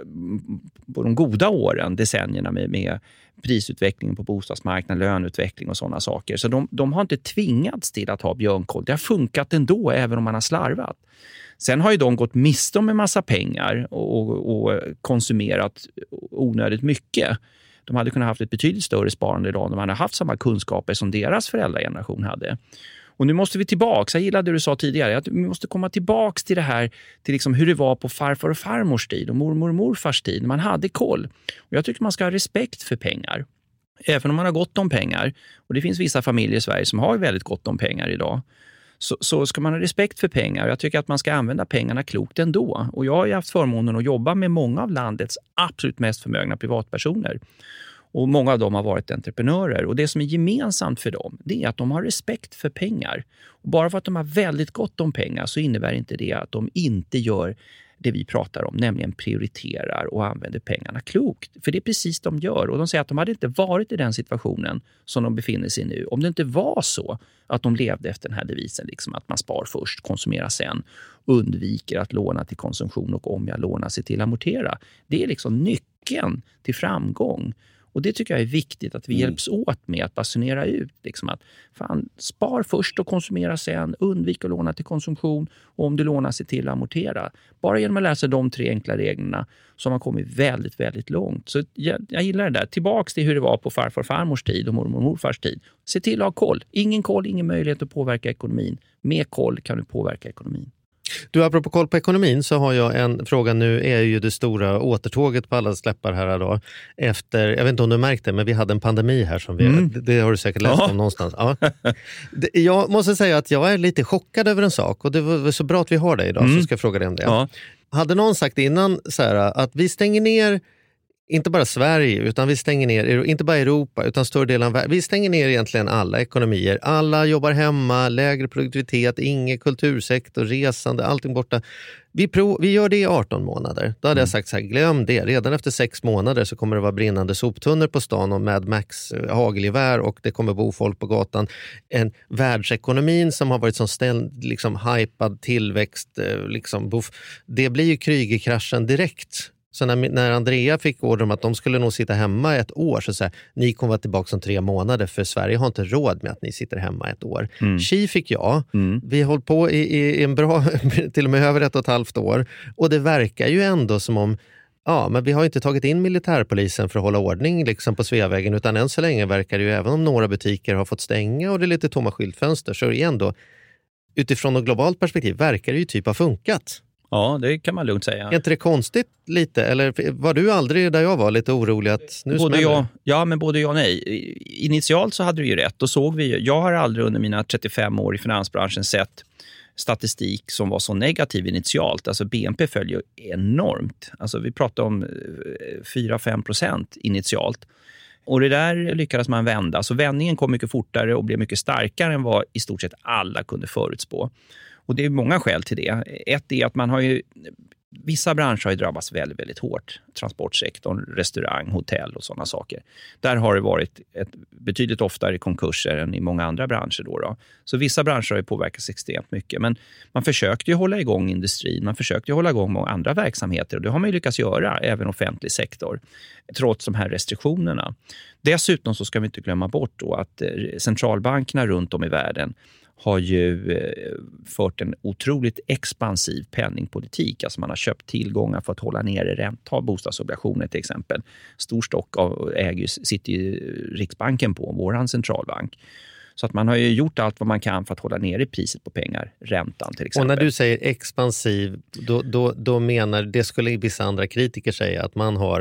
på de goda åren, decennierna med, med prisutvecklingen på bostadsmarknaden, löneutveckling och sådana saker. Så de, de har inte tvingats till att ha björnkoll. Det har funkat ändå även om man har slarvat. Sen har ju de gått miste om en massa pengar och, och konsumerat onödigt mycket. De hade kunnat haft ett betydligt större sparande idag om de hade haft samma kunskaper som deras föräldrageneration hade. Och nu måste vi tillbaka. Jag gillade det du sa tidigare. Att vi måste komma tillbaka till det här. Till liksom hur det var på farfar och farmors tid. Och mormor och morfars tid. Man hade koll. Och jag tycker man ska ha respekt för pengar. Även om man har gott om pengar. Och det finns vissa familjer i Sverige som har väldigt gott om pengar idag. Så, så ska man ha respekt för pengar. Jag tycker att man ska använda pengarna klokt ändå. Och jag har ju haft förmånen att jobba med många av landets absolut mest förmögna privatpersoner. Och många av dem har varit entreprenörer. Och det som är gemensamt för dem, det är att de har respekt för pengar. Och bara för att de har väldigt gott om pengar så innebär inte det att de inte gör det vi pratar om, nämligen prioriterar och använder pengarna klokt. För det är precis de gör. Och de säger att de hade inte varit i den situationen som de befinner sig i nu. Om det inte var så att de levde efter den här devisen, liksom att man spar först, konsumerar sen, undviker att låna till konsumtion och om jag lånar sig till amortera. Det är liksom nyckeln till framgång. Och det tycker jag är viktigt att vi mm. hjälps åt med att basunera ut. Liksom att fan, spar först och konsumera sen. Undvik att låna till konsumtion. Och om du lånar sig till att amortera. Bara genom att läsa de tre enkla reglerna så har man kommit väldigt, väldigt långt. Så jag, jag gillar det där. Tillbaks till hur det var på farfar och farmors tid och mormor och morfars tid. Se till att ha koll. Ingen koll, ingen möjlighet att påverka ekonomin. Med koll kan du påverka ekonomin. Du, apropå koll på ekonomin så har jag en fråga. Nu är ju det stora återtåget på alla släppar här idag. Efter, jag vet inte om du märkte, men vi hade en pandemi här som vi, mm. det, det har du säkert läst ja. om någonstans. Ja. Det, jag måste säga att jag är lite chockad över en sak och det var så bra att vi har det idag mm. så ska jag fråga dig om det. Ja. Hade någon sagt innan så här, att vi stänger ner inte bara Sverige utan vi stänger ner, inte bara Europa utan större delen av världen. Vi stänger ner egentligen alla ekonomier. Alla jobbar hemma, lägre produktivitet, ingen kultursektor, resande, allting borta. Vi, prov, vi gör det i arton månader. Då hade mm. jag sagt så här, glöm det. Redan efter sex månader så kommer det vara brinnande soptunnor på stan och Mad Max hagelgevär och det kommer bo folk på gatan. En världsekonomin som har varit som ställd, liksom hypad tillväxt, liksom buff. Det blir ju Krügerkraschen direkt. Så när, när Andrea fick order om att de skulle nog sitta hemma ett år så säger ni kommer vara tillbaka om tre månader för Sverige har inte råd med att ni sitter hemma ett år. Mm. Tji fick jag. Mm. Vi har hållit på i, i en bra, till och med över ett och ett halvt år. Och det verkar ju ändå som om, ja men vi har inte tagit in militärpolisen för att hålla ordning liksom på Sveavägen utan än så länge verkar det ju även om några butiker har fått stänga och det är lite tomma skyltfönster så är det ändå utifrån ett globalt perspektiv verkar det ju typ ha funkat. Ja, det kan man lugnt säga. Är inte det konstigt lite? Eller var du aldrig där jag var lite orolig att nu både jag, Ja, men både jag och nej. Initialt så hade du ju rätt. Då såg vi ju, jag har aldrig under mina trettiofem år i finansbranschen sett statistik som var så negativ initialt. Alltså B N P följer enormt. Alltså vi pratar om fyra till fem procent initialt. Och det där lyckades man vända. Så vändningen kom mycket fortare och blev mycket starkare än vad i stort sett alla kunde förutspå. Och det är många skäl till det. Ett är att man har ju, vissa branscher har ju drabbats väldigt, väldigt hårt. Transportsektorn, restaurang, hotell och sådana saker. Där har det varit ett betydligt oftare konkurser än i många andra branscher då, då. Så vissa branscher har ju påverkats extremt mycket. Men man försökte ju hålla igång industrin. Man försökte ju hålla igång många andra verksamheter. Och det har man ju lyckats göra, även offentlig sektor. Trots de här restriktionerna. Dessutom så ska vi inte glömma bort då att centralbankerna runt om i världen har ju eh, fört en otroligt expansiv penningpolitik. Alltså man har köpt tillgångar för att hålla nere ränta, bostadsobligationer till exempel. Stor stock av äger sitter ju Riksbanken på, våran centralbank. Så att man har ju gjort allt vad man kan för att hålla nere priset på pengar, räntan till exempel. Och när du säger expansiv, då, då, då menar, det skulle vissa andra kritiker säga att man har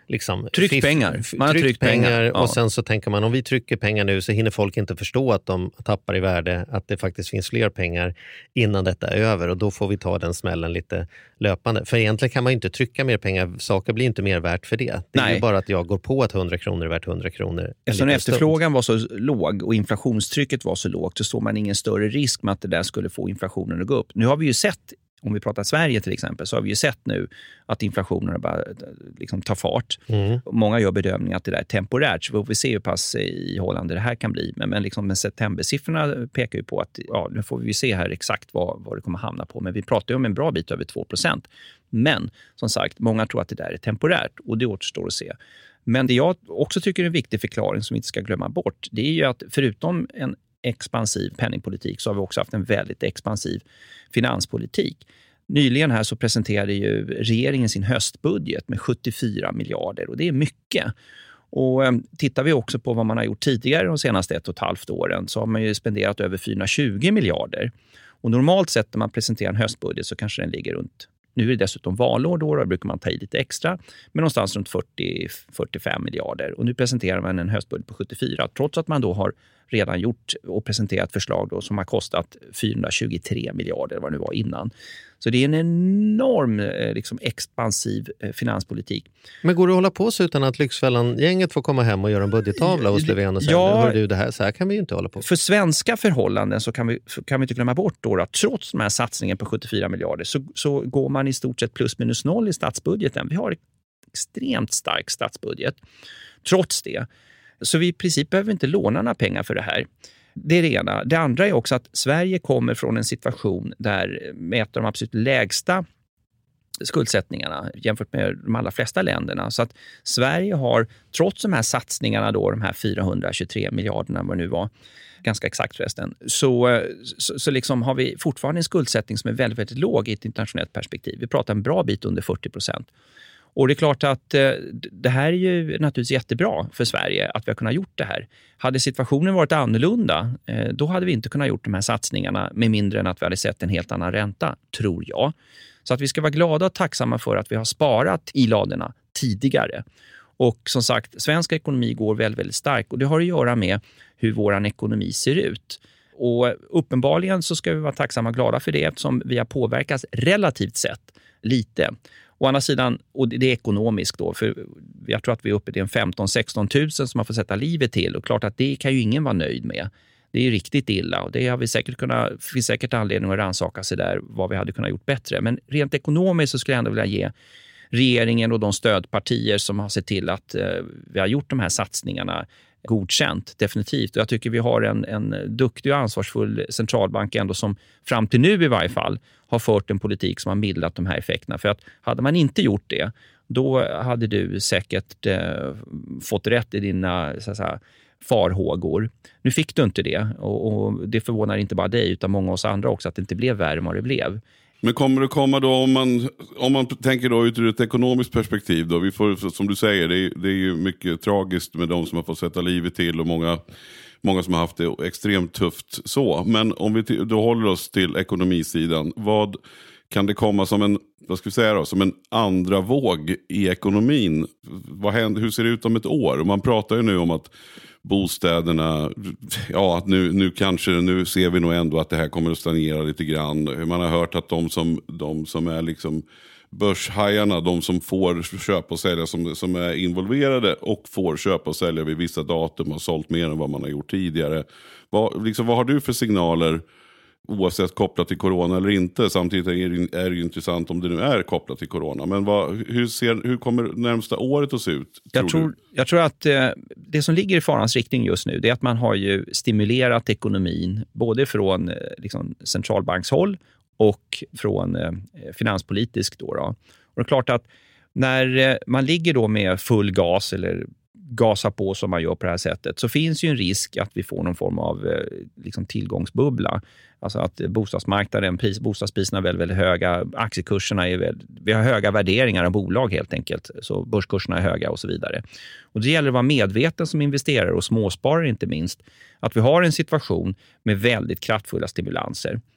liksom, tryckt pengar. Man har tryckt, tryckt pengar, pengar. Ja. Och sen så tänker man, om vi trycker pengar nu så hinner folk inte förstå att de tappar i värde, att det faktiskt finns fler pengar innan detta är över, och då får vi ta den smällen lite löpande. För egentligen kan man ju inte trycka mer pengar, saker blir inte mer värt för det. Det är Nej. ju bara att jag går på att hundra kronor är värt hundra kronor. Eftersom efterfrågan var så låg och inflationstrycket var så lågt, så såg man ingen större risk med att det där skulle få inflationen att gå upp. Nu har vi ju sett, om vi pratar Sverige till exempel, så har vi ju sett nu att inflationen bara liksom tar fart. Mm. Många gör bedömningen att det där är temporärt, så vi ser ju pass i Holland det här kan bli. Men, men liksom med septembersiffrorna pekar ju på att ja, nu får vi se här exakt vad, vad det kommer hamna på. Men vi pratar ju om en bra bit över två procent. Men som sagt, många tror att det där är temporärt, och det återstår att se. Men det jag också tycker är en viktig förklaring som vi inte ska glömma bort, det är ju att förutom en expansiv penningpolitik så har vi också haft en väldigt expansiv finanspolitik. Nyligen här så presenterade ju regeringen sin höstbudget med sjuttiofyra miljarder, och det är mycket. Och eh, tittar vi också på vad man har gjort tidigare de senaste ett och ett halvt åren, så har man ju spenderat över fyrahundratjugo miljarder. Och normalt sett när man presenterar en höstbudget så kanske den ligger runt, nu är det dessutom valår då, då brukar man ta i lite extra, men någonstans runt fyrtio till fyrtiofem miljarder. Och nu presenterar man en höstbudget på sjuttiofyra, trots att man då har redan gjort och presenterat förslag då som har kostat fyrahundratjugotre miljarder vad det nu var innan. Så det är en enorm liksom, expansiv eh, finanspolitik. Men går det att hålla på så utan att Lyxfällan-gänget får komma hem och göra en budgettavla hos Löfven och säga, ja, hör du det här, så här kan vi ju inte hålla på. För svenska förhållanden så kan vi, kan vi inte glömma bort då att trots de här satsningen på sjuttiofyra miljarder så, så går man i stort sett plus minus noll i statsbudgeten. Vi har en extremt stark statsbudget trots det. Så vi i princip behöver inte låna några pengar för det här. Det är det ena. Det andra är också att Sverige kommer från en situation där med ett av de absolut lägsta skuldsättningarna jämfört med de allra flesta länderna. Så att Sverige har, trots de här satsningarna då, de här fyrahundratjugotre miljarderna vad det nu var, ganska exakt förresten, så, så, så liksom har vi fortfarande en skuldsättning som är väldigt, väldigt låg i ett internationellt perspektiv. Vi pratar en bra bit under fyrtio procent. Och det är klart att eh, det här är ju naturligtvis jättebra för Sverige att vi har kunnat gjort det här. Hade situationen varit annorlunda, eh, då hade vi inte kunnat gjort de här satsningarna med mindre än att vi hade sett en helt annan ränta, tror jag. Så att vi ska vara glada och tacksamma för att vi har sparat i ladorna tidigare. Och som sagt, svensk ekonomi går väldigt, väldigt starkt, och det har att göra med hur vår ekonomi ser ut. Och uppenbarligen så ska vi vara tacksamma och glada för det, eftersom vi har påverkats relativt sett lite. Å andra sidan, och det är ekonomiskt då, för jag tror att vi är uppe till femton till sexton tusen som man får sätta livet till, och klart att det kan ju ingen vara nöjd med. Det är ju riktigt illa, och det har vi säkert kunnat, finns säkert anledning att rannsaka sig där vad vi hade kunnat gjort bättre. Men rent ekonomiskt så skulle jag ändå vilja ge regeringen och de stödpartier som har sett till att eh, vi har gjort de här satsningarna godkänt, definitivt. Och jag tycker vi har en, en duktig och ansvarsfull centralbank ändå som fram till nu i varje fall har fört en politik som har mildrat de här effekterna. För att hade man inte gjort det, då hade du säkert eh, fått rätt i dina så att säga, farhågor. Nu fick du inte det, och, och det förvånar inte bara dig utan många av oss andra också att det inte blev värre än vad det blev. Men kommer det komma då, om man, om man tänker då ut ur ett ekonomiskt perspektiv då, vi får, som du säger, det är, det är ju mycket tragiskt med de som har fått sätta livet till, och många, många som har haft det extremt tufft så. Men om vi t- då håller oss till ekonomisidan, vad kan det komma som en, vad ska vi säga då, som en andra våg i ekonomin? Vad händer, hur ser det ut om ett år? Och man pratar ju nu om att bostäderna, ja nu, nu kanske, nu ser vi nog ändå att det här kommer att stagnera lite grann. Man har hört att de som, de som är liksom börshajarna, de som får köpa och sälja, som, som är involverade och får köpa och sälja vid vissa datum, har sålt mer än vad man har gjort tidigare. Vad, liksom, vad har du för signaler, oavsett kopplat till corona eller inte? Samtidigt är det, är det ju intressant om det nu är kopplat till corona. Men vad, hur, ser, hur kommer närmsta året att se ut? Tror jag, tror, jag tror att eh, det som ligger i farans riktning just nu, det är att man har ju stimulerat ekonomin både från eh, liksom, centralbankshåll och från eh, finanspolitiskt då, då. Och det är klart att när eh, man ligger då med full gas eller gasa på som man gör på det här sättet, så finns ju en risk att vi får någon form av eh, liksom tillgångsbubbla. Alltså att bostadsmarknaden, pris, bostadspriserna är väldigt, väldigt höga, aktiekurserna är väldigt, vi har höga värderingar av bolag helt enkelt, så börskurserna är höga och så vidare. Och det gäller att vara medveten som investerare och småsparare inte minst, att vi har en situation med väldigt kraftfulla stimulanser.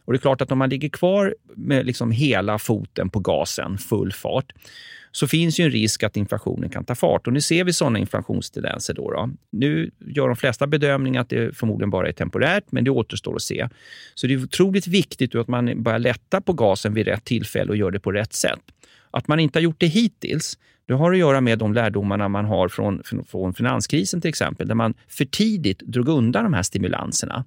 Och det är klart att om man ligger kvar med liksom hela foten på gasen, full fart, så finns ju en risk att inflationen kan ta fart. Och nu ser vi sådana inflationstendenser då, då. Nu gör de flesta bedömningar att det förmodligen bara är temporärt, men det återstår att se. Så det är otroligt viktigt att man börjar lätta på gasen vid rätt tillfälle och gör det på rätt sätt. Att man inte har gjort det hittills, det har att göra med de lärdomarna man har från, från finanskrisen till exempel, där man för tidigt drog undan de här stimulanserna.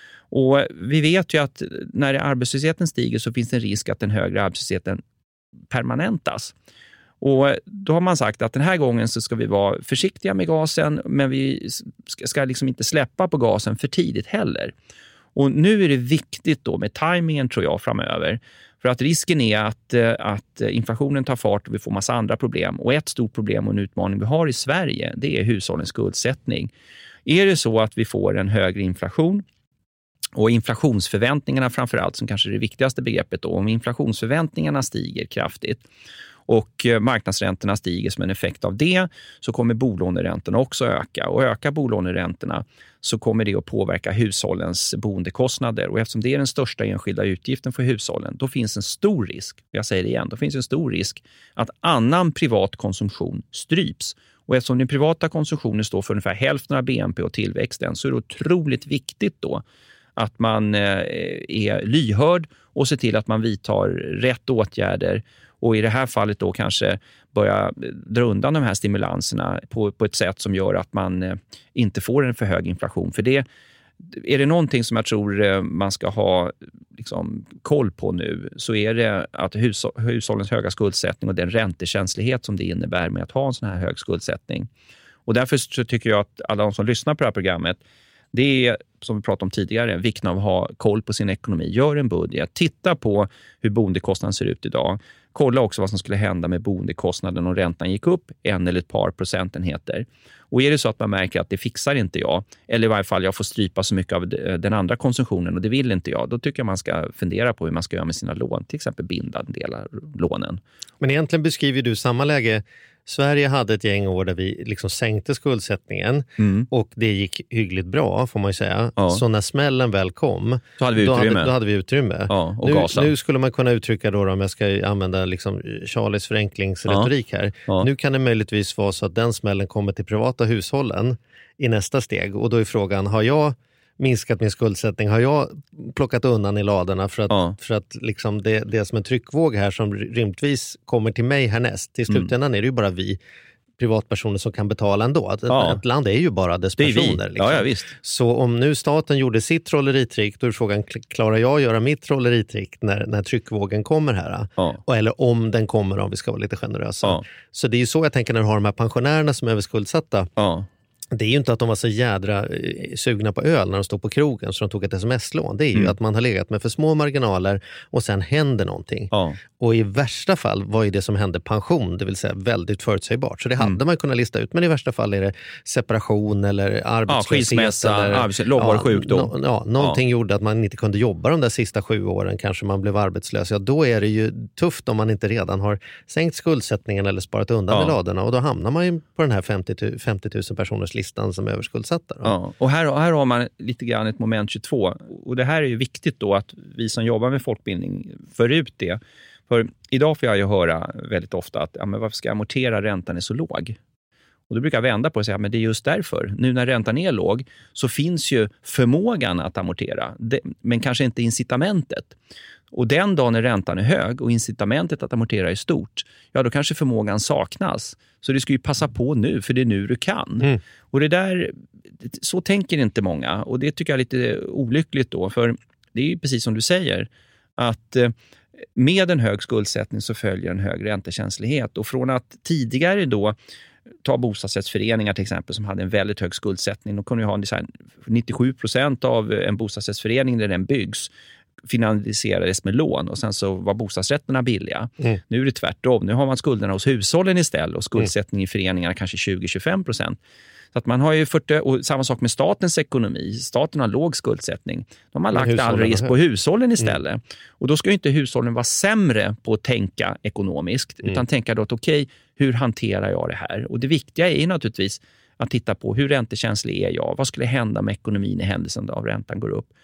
Och vi vet ju att när arbetslösheten stiger så finns det en risk att den högre arbetslösheten permanentas. Och då har man sagt att den här gången så ska vi vara försiktiga med gasen, men vi ska, ska liksom inte släppa på gasen för tidigt heller. Och nu är det viktigt då med tajmingen tror jag framöver. För att risken är att, att inflationen tar fart och vi får massa andra problem. Och ett stort problem och en utmaning vi har i Sverige, det är hushållens skuldsättning. Är det så att vi får en högre inflation, och inflationsförväntningarna framförallt som kanske är det viktigaste begreppet då, om inflationsförväntningarna stiger kraftigt och marknadsräntorna stiger som en effekt av det, så kommer bolåneräntorna också öka. Och ökar bolåneräntorna så kommer det att påverka hushållens boendekostnader. Och eftersom det är den största enskilda utgiften för hushållen, då finns en stor risk, jag säger det igen, då finns en stor risk att annan privat konsumtion stryps. Och eftersom den privata konsumtionen står för ungefär hälften av B N P och tillväxten, så är det otroligt viktigt då att man är lyhörd och ser till att man vidtar rätt åtgärder. Och i det här fallet då kanske börja dra undan de här stimulanserna på, på ett sätt som gör att man eh, inte får en för hög inflation. För det är det någonting som jag tror eh, man ska ha liksom, koll på nu, så är det att hushåll, hushållens höga skuldsättning och den räntekänslighet som det innebär med att ha en sån här hög skuldsättning. Och därför så tycker jag att alla de som lyssnar på det här programmet, det är, som vi pratade om tidigare, vikten av att ha koll på sin ekonomi. Gör en budget, titta på hur boendekostnaden ser ut idag. Kolla också vad som skulle hända med boendekostnaden om räntan gick upp en eller ett par procentenheter. Och är det så att man märker att det fixar inte jag, eller i varje fall jag får strypa så mycket av den andra konsumtionen och det vill inte jag, då tycker jag man ska fundera på hur man ska göra med sina lån. Till exempel binda en del av lånen. Men egentligen beskriver du samma läge. Sverige hade ett gäng år där vi liksom sänkte skuldsättningen mm. och det gick hyggligt bra får man ju säga. Ja. Så när smällen väl kom, så hade vi utrymme. Då hade, då hade vi utrymme. Ja, och nu, nu skulle man kunna uttrycka då, om jag ska använda liksom Charlies förenklingsretorik här. Ja. Nu kan det möjligtvis vara så att den smällen kommer till privata hushållen i nästa steg. Och då är frågan, har jag minskat min skuldsättning? Har jag plockat undan i ladorna för att, ja. för att liksom det, det är som en tryckvåg här som rimligtvis kommer till mig härnäst. Till slutändan mm. är det ju bara vi privatpersoner som kan betala ändå. Ett, ja. ett land är ju bara dess personer. Liksom. Ja, ja, visst. Så om nu staten gjorde sitt trolleritrick, då är frågan, klarar jag att göra mitt trolleritrick när, när tryckvågen kommer här? Ja. Och, eller om den kommer, om vi ska vara lite generösa. Ja. Så det är ju så jag tänker när du har de här pensionärerna som är överskuldsatta. Ja. Det är ju inte att de var så jädra sugna på öl när de stod på krogen så de tog ett sms-lån. Det är ju mm. att man har legat med för små marginaler och sen händer någonting. Ja. Och i värsta fall var ju det som hände pension, det vill säga väldigt förutsägbart. Så det hade mm. man kunnat lista ut. Men i värsta fall är det separation eller arbetslöshet. Ja, skilsmässa, eller, arbetslöshet, långvarig ja, sjukdom. No, ja, någonting ja. gjorde att man inte kunde jobba de där sista sju åren. Kanske man blev arbetslös. Ja, då är det ju tufft om man inte redan har sänkt skuldsättningen eller sparat undan ja. i ladorna. Och då hamnar man ju på den här femtio tusen personers listan som är överskuldsatta. Då. Ja, och här, här har man lite grann ett moment tjugotvå. Och det här är ju viktigt då att vi som jobbar med folkbildning för ut det. För idag får jag ju höra väldigt ofta att ja, men varför ska jag amortera, räntan är så låg? Och då brukar jag vända på och säga men det är just därför. Nu när räntan är låg så finns ju förmågan att amortera, men kanske inte incitamentet. Och den dagen när räntan är hög och incitamentet att amortera är stort, ja då kanske förmågan saknas. Så det ska ju passa på nu, för det är nu du kan. Mm. Och det där, så tänker inte många. Och det tycker jag är lite olyckligt då, för det är ju precis som du säger, att med en hög skuldsättning så följer en hög räntekänslighet. Och från att tidigare då ta bostadsrättsföreningar till exempel som hade en väldigt hög skuldsättning, då kunde ju ha en design, nittiosju procent av en bostadsrättsförening där den byggs finansierades med lån och sen så var bostadsrätterna billiga. Mm. Nu är det tvärtom. Nu har man skulderna hos hushållen istället och skuldsättning mm. i föreningarna kanske tjugo till tjugofem procent. Så att man har ju fyrtio, och samma sak med statens ekonomi. Staten har låg skuldsättning. De har lagt all risk på hushållen istället. Mm. Och då ska ju inte hushållen vara sämre på att tänka ekonomiskt mm. utan tänka då att okej, okay, hur hanterar jag det här? Och det viktiga är ju naturligtvis att titta på hur räntekänslig är jag? Vad skulle hända med ekonomin i händelsen av räntan går upp?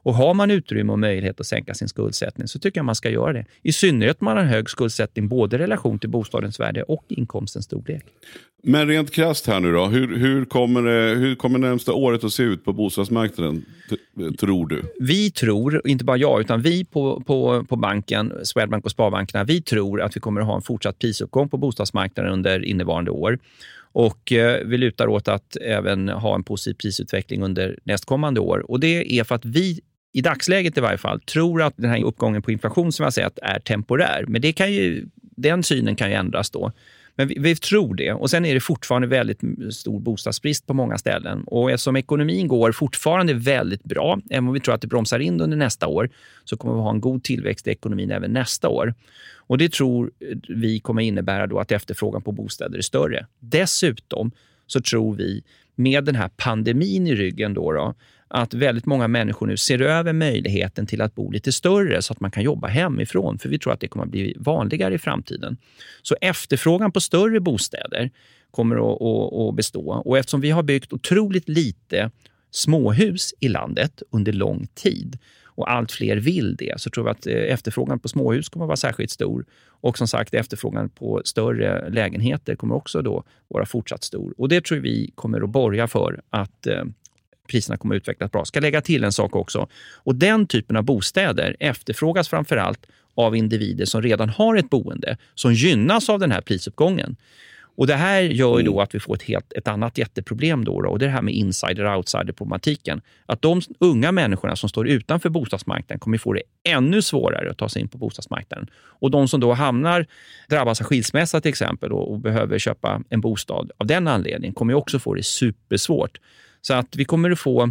Och har man utrymme och möjlighet att sänka sin skuldsättning så tycker jag man ska göra det. I synnerhet om man har en hög skuldsättning både i relation till bostadens värde och inkomstens storlek. Men rent krasst här nu då, hur, hur, kommer det, hur kommer närmsta året att se ut på bostadsmarknaden, t- tror du? Vi tror, inte bara jag utan vi på, på, på banken, Swedbank och Sparbankerna, vi tror att vi kommer att ha en fortsatt prisuppgång på bostadsmarknaden under innevarande år. Och eh, vi lutar åt att även ha en positiv prisutveckling under nästkommande år. Och det är för att vi i dagsläget i varje fall tror att den här uppgången på inflation som jag sett är temporär. Men det kan ju, den synen kan ju ändras då. Men vi, vi tror det. Och sen är det fortfarande väldigt stor bostadsbrist på många ställen. Och eftersom ekonomin går fortfarande väldigt bra, även om vi tror att det bromsar in under nästa år, så kommer vi ha en god tillväxt i ekonomin även nästa år. Och det tror vi kommer innebära då att efterfrågan på bostäder är större. Dessutom så tror vi med den här pandemin i ryggen då, då att väldigt många människor nu ser över möjligheten till att bo lite större så att man kan jobba hemifrån. För vi tror att det kommer att bli vanligare i framtiden. Så efterfrågan på större bostäder kommer att, att, att bestå. Och eftersom vi har byggt otroligt lite småhus i landet under lång tid och allt fler vill det, så tror vi att efterfrågan på småhus kommer att vara särskilt stor. Och som sagt, efterfrågan på större lägenheter kommer också då vara fortsatt stor. Och det tror vi kommer att borga för att eh, priserna kommer att utvecklas bra. Ska lägga till en sak också. Och den typen av bostäder efterfrågas framförallt av individer som redan har ett boende som gynnas av den här prisuppgången. Och det här gör ju då att vi får ett, helt, ett annat jätteproblem då, då. Och det är det här med insider-outsider-problematiken. Att de unga människorna som står utanför bostadsmarknaden kommer få det ännu svårare att ta sig in på bostadsmarknaden. Och de som då hamnar, drabbas av skilsmässa till exempel och, och behöver köpa en bostad av den anledningen kommer ju också få det supersvårt. Så att vi kommer att få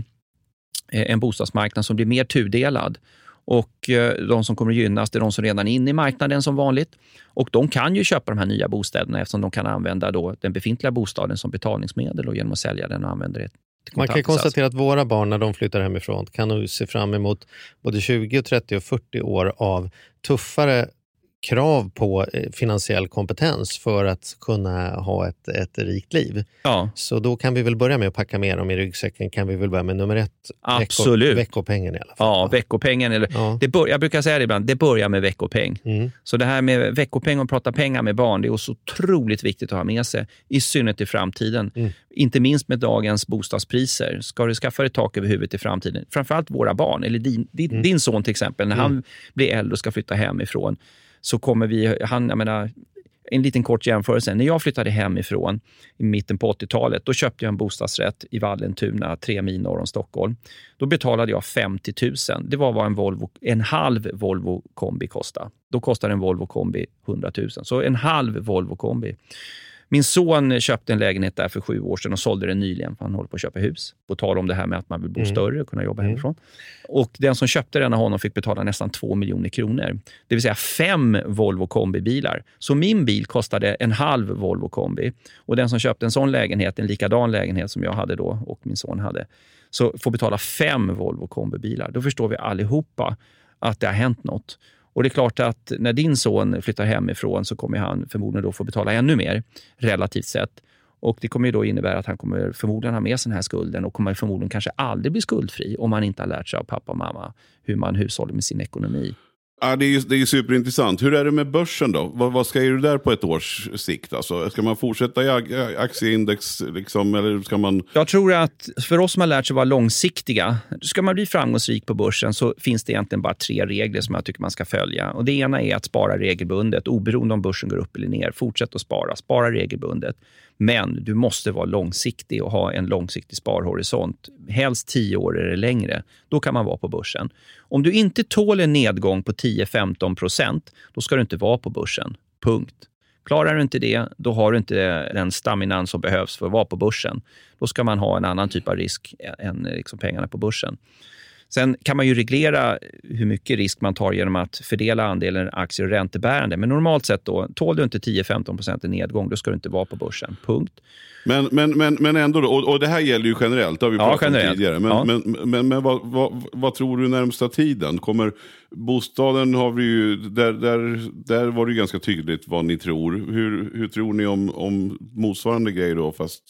en bostadsmarknad som blir mer tudelad. Och de som kommer att gynnas är de som redan är inne i marknaden som vanligt. Och de kan ju köpa de här nya bostäderna eftersom de kan använda då den befintliga bostaden som betalningsmedel och genom att sälja den och använda det. Man kan konstatera att våra barn när de flyttar hemifrån kan nog se fram emot både tjugo, trettio och fyrtio år av tuffare krav på finansiell kompetens för att kunna ha ett, ett rikt liv. Ja. Så då kan vi väl börja med att packa med dem i ryggsäcken. Kan vi väl börja med nummer ett. Absolut. Vecko, veckopengen i alla fall. Ja, veckopengen. Eller, ja. Det bör, jag brukar säga det ibland, det börjar med veckopeng. Mm. Så det här med veckopeng och prata pengar med barn, det är så otroligt viktigt att ha med sig. I synnerhet i framtiden. Mm. Inte minst med dagens bostadspriser. Ska du skaffa ett tak över huvudet i framtiden? Framförallt våra barn, eller din, din, mm. din son till exempel, när mm. han blir äldre och ska flytta hemifrån. Så kommer vi, han, jag menar, en liten kort jämförelse. När jag flyttade hemifrån i mitten på åttiotalet, då köpte jag en bostadsrätt i Vallentuna, tre mil norr om Stockholm. Då betalade jag femtio tusen. Det var vad en, Volvo, en halv Volvo kombi kostade. Då kostade en Volvo kombi hundra tusen. Så en halv Volvo kombi. Min son köpte en lägenhet där för sju år sedan och sålde den nyligen för han håller på att köpa hus. På tal om det här med att man vill bo mm. större och kunna jobba mm. hemifrån. Och den som köpte den av honom fick betala nästan två miljoner kronor. Det vill säga fem Volvo kombibilar. Så min bil kostade en halv Volvo kombi. Och den som köpte en sån lägenhet, en likadan lägenhet som jag hade då och min son hade, så får betala fem Volvo kombibilar. Då förstår vi allihopa att det har hänt något. Och det är klart att när din son flyttar hemifrån så kommer han förmodligen då få betala ännu mer relativt sett. Och det kommer ju då innebära att han kommer förmodligen ha med sig den här skulden och kommer förmodligen kanske aldrig bli skuldfri om man inte har lärt sig av pappa och mamma hur man hushåller med sin ekonomi. Ja, det är ju det är superintressant. Hur är det med börsen då? Vad, vad ska du där på ett års sikt? Alltså, ska man fortsätta i aktieindex liksom, eller ska man... Jag tror att för oss som har lärt sig vara långsiktiga, ska man bli framgångsrik på börsen så finns det egentligen bara tre regler som jag tycker man ska följa. Och det ena är att spara regelbundet, oberoende om börsen går upp eller ner. Fortsätt att spara, spara regelbundet. Men du måste vara långsiktig och ha en långsiktig sparhorisont. Helst tio år eller längre. Då kan man vara på börsen. Om du inte tål en nedgång på tio till femton procent, då ska du inte vara på börsen. Punkt. Klarar du inte det, då har du inte den staminan som behövs för att vara på börsen. Då ska man ha en annan typ av risk än liksom pengarna på börsen. Sen kan man ju reglera hur mycket risk man tar genom att fördela andelen aktier och räntebärande. Men normalt sett då, tål du inte tio till femton procent i nedgång, då ska du inte vara på börsen. Punkt. Men, men, men, men ändå då, och, och det här gäller ju generellt, det har vi pratat ja, generellt. om tidigare. Men, ja. men, men, men vad, vad, vad tror du närmsta tiden? Kommer bostaden, har vi ju, där, där, där var det ju ganska tydligt vad ni tror. Hur, hur tror ni om, om motsvarande grejer då, fast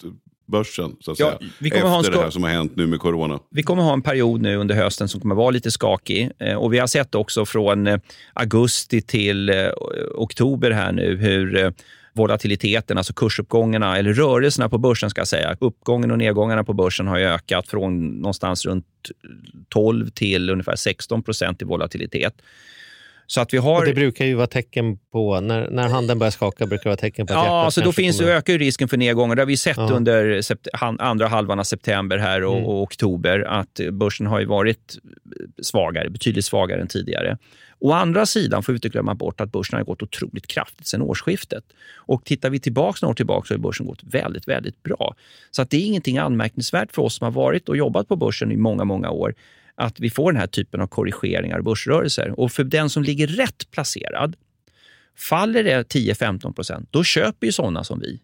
börsen så att Ja, säga, vi kommer efter ha en det ska- här som har hänt nu med corona? Vi kommer ha en period nu under hösten som kommer vara lite skakig. Eh, och vi har sett också från eh, augusti till eh, oktober här nu hur eh, volatiliteten, alltså kursuppgångarna eller rörelserna på börsen ska jag säga. Uppgången och nedgångarna på börsen har ju ökat från någonstans runt tolv till ungefär sexton procent i volatilitet. Så att vi har... Och det brukar ju vara tecken på, när, när handen börjar skaka brukar det vara tecken på att ja, hjärtat så då kanske finns, kommer... ökar ju risken för nedgångar. Det har vi sett Ja. under sept- han, andra halvan av september här och, Mm. och oktober att börsen har ju varit svagare, betydligt svagare än tidigare. Å andra sidan får vi inte glömma bort att börsen har gått otroligt kraftigt sedan årsskiftet. Och tittar vi tillbaka några år tillbaka så har börsen gått väldigt, väldigt bra. Så att det är ingenting anmärkningsvärt för oss som har varit och jobbat på börsen i många, många år att vi får den här typen av korrigeringar och börsrörelser. Och för den som ligger rätt placerad, faller det tio till femton procent, då köper ju sådana som vi.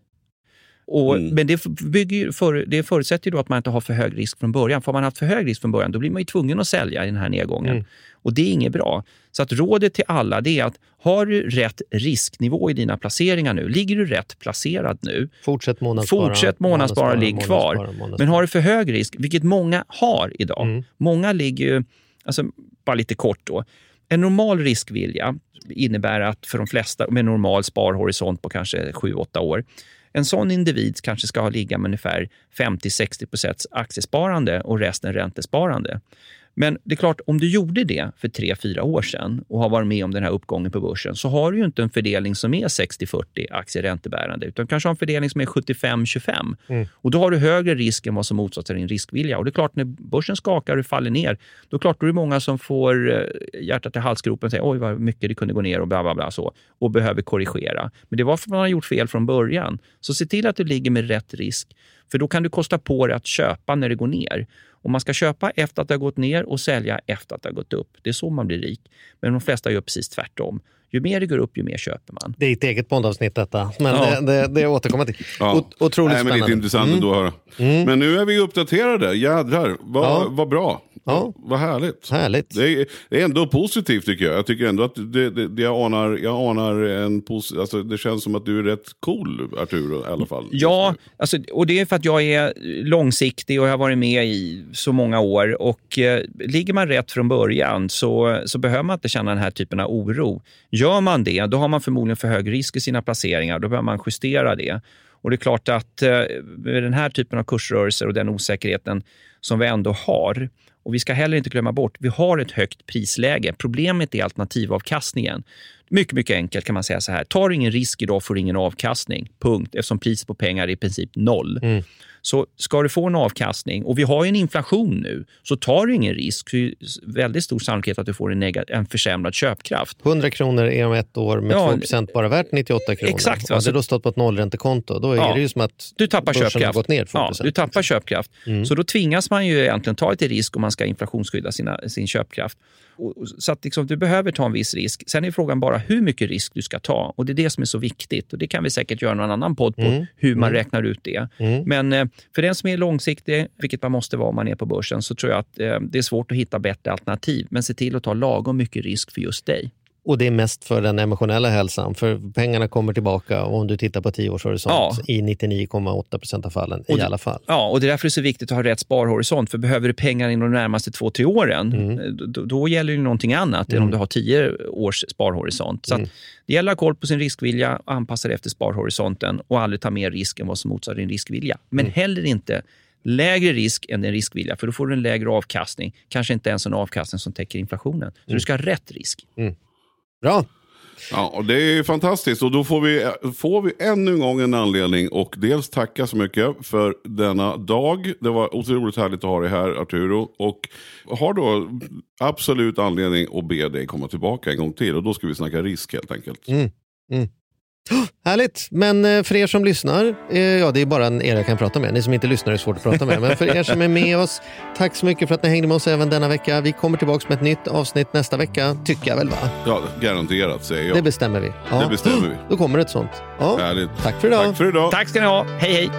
Och, Mm. Men det, bygger ju för, det förutsätter ju då att man inte har för hög risk från början. Får man haft för hög risk från början, då blir man ju tvungen att sälja i den här nedgången. Mm. Och det är inget bra. Så att rådet till alla det är att har du rätt risknivå i dina placeringar nu, ligger du rätt placerad nu, Fortsätt månadsspara. fortsätt månadsspara, ligg kvar. månadsspara. Men har du för hög risk, vilket många har idag. Mm. Många ligger ju, alltså bara lite kort då. En normal riskvilja innebär att för de flesta med normal sparhorisont på kanske sju åtta år, en sån individ kanske ska ha ligga med ungefär femtio till sextio procent aktiesparande och resten räntesparande. Men det är klart, om du gjorde det för tre fyra år sedan och har varit med om den här uppgången på börsen, så har du ju inte en fördelning som är sextio fyrtio aktieräntebärande, utan kanske har en fördelning som är sjuttiofem tjugofem. Mm. Och då har du högre risk än vad som motsvarar din riskvilja. Och det är klart, när börsen skakar och faller ner, då är det klart då är det många som får hjärtat i halsgropen och säger oj vad mycket det kunde gå ner och bla bla bla så, och behöver korrigera. Men det var för att man har gjort fel från början. Så se till att du ligger med rätt risk, för då kan du kosta på dig att köpa när det går ner. Och man ska köpa efter att det har gått ner och sälja efter att det har gått upp. Det är så man blir rik. Men de flesta gör precis tvärtom. Ju mer det går upp, ju mer köper man. Det är ett eget poddavsnitt detta, men Ja. det, det, det återkommer till. Ja. Ot- otroligt Nej, men spännande. lite intressant Mm. ändå att höra. Mm. Men nu är vi uppdaterade. Jädrar, vad, Ja. vad bra. Ja. Vad härligt. Härligt. Det är, det är ändå positivt tycker jag. Jag tycker ändå att det, det, det jag, anar, jag anar en positiv... Alltså, det känns som att du är rätt cool, Arturo, i alla fall. Ja, alltså, och det är för att jag är långsiktig och jag har varit med i så många år. Och eh, ligger man rätt från början så, så behöver man inte känna den här typen av oro. Gör man det, då har man förmodligen för hög risk i sina placeringar. Då behöver man justera det. Och det är klart att eh, med den här typen av kursrörelser och den osäkerheten som vi ändå har, och vi ska heller inte glömma bort, vi har ett högt prisläge. Problemet är alternativavkastningen. Mycket, mycket enkelt kan man säga så här. Tar du ingen risk idag får du ingen avkastning. Punkt. Eftersom priset på pengar är i princip noll. Mm. Så ska du få en avkastning, och vi har ju en inflation nu, så tar du ingen risk. Så är det väldigt stor sannolikhet att du får en, neg- en försämrad köpkraft. hundra kronor är om ett år med Ja, två procent bara värt nittioåtta kronor. Exakt. Och hade då stått på ett nollräntekonto, då är Ja. det ju som att du tappar börsen köpkraft. har gått ner två procent. Ja, du tappar köpkraft. Mm. Så då tvingas man ju egentligen ta lite risk om man ska inflationsskydda sina, sin köpkraft. Och, och, så att liksom, du behöver ta en viss risk. Sen är frågan bara hur mycket risk du ska ta. Och det är det som är så viktigt. Och det kan vi säkert göra någon annan podd på, Mm. hur man Mm. räknar ut det. Mm. Men eh, för den som är långsiktig, vilket man måste vara om man är på börsen, så tror jag att eh, det är svårt att hitta bättre alternativ. Men se till att ta lagom mycket risk för just dig. Och det är mest för den emotionella hälsan. För pengarna kommer tillbaka, och om du tittar på tioårshorisont Ja. i nittionio komma åtta procent av fallen Och i det- alla fall. Ja, och det är därför det är så viktigt att ha rätt sparhorisont. För behöver du pengar inom de närmaste två, tre åren, Mm. då, då gäller det någonting annat än Mm. om du har tio års sparhorisont. Så Mm. att det gäller att ha koll på sin riskvilja, anpassa det efter sparhorisonten och aldrig ta mer risk än vad som motsvarar din riskvilja. Men Mm. heller inte lägre risk än din riskvilja, för då får du en lägre avkastning. Kanske inte ens en avkastning som täcker inflationen. Så Mm. du ska ha rätt risk. Mm. Bra. Ja, och det är fantastiskt. Och då får vi, får vi ännu en gång en anledning och dels tacka så mycket för denna dag. Det var otroligt härligt att ha dig här, Arturo. Och har då absolut anledning att be dig komma tillbaka en gång till. Och då ska vi snacka risk helt enkelt. Mm. Mm. Oh, härligt, men eh, för er som lyssnar, eh, ja det är bara er jag kan prata med. Ni som inte lyssnar är svårt att prata med. Men för er som är med oss, tack så mycket för att ni hängde med oss även denna vecka. Vi kommer tillbaka med ett nytt avsnitt nästa vecka, tycker jag väl va? Ja, garanterat säger jag. Det bestämmer vi. Ja. Det bestämmer vi. Då kommer ett sånt. Ja. Härligt. Tack för idag. Tack för idag. Tack ska ni ha. Hej hej.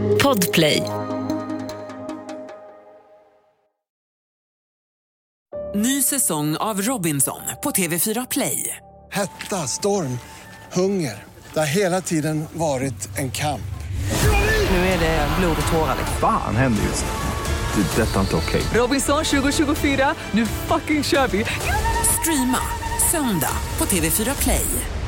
Podplay. Ny säsong av Robinson på T V fyra Play. Hetta, storm, hunger. Det har hela tiden varit en kamp. Nu är det blod och tårar. Fan händer just det. Det är detta inte okej. Robinson tjugo tjugofyra, nu fucking kör vi. Streama söndag på T V fyra Play.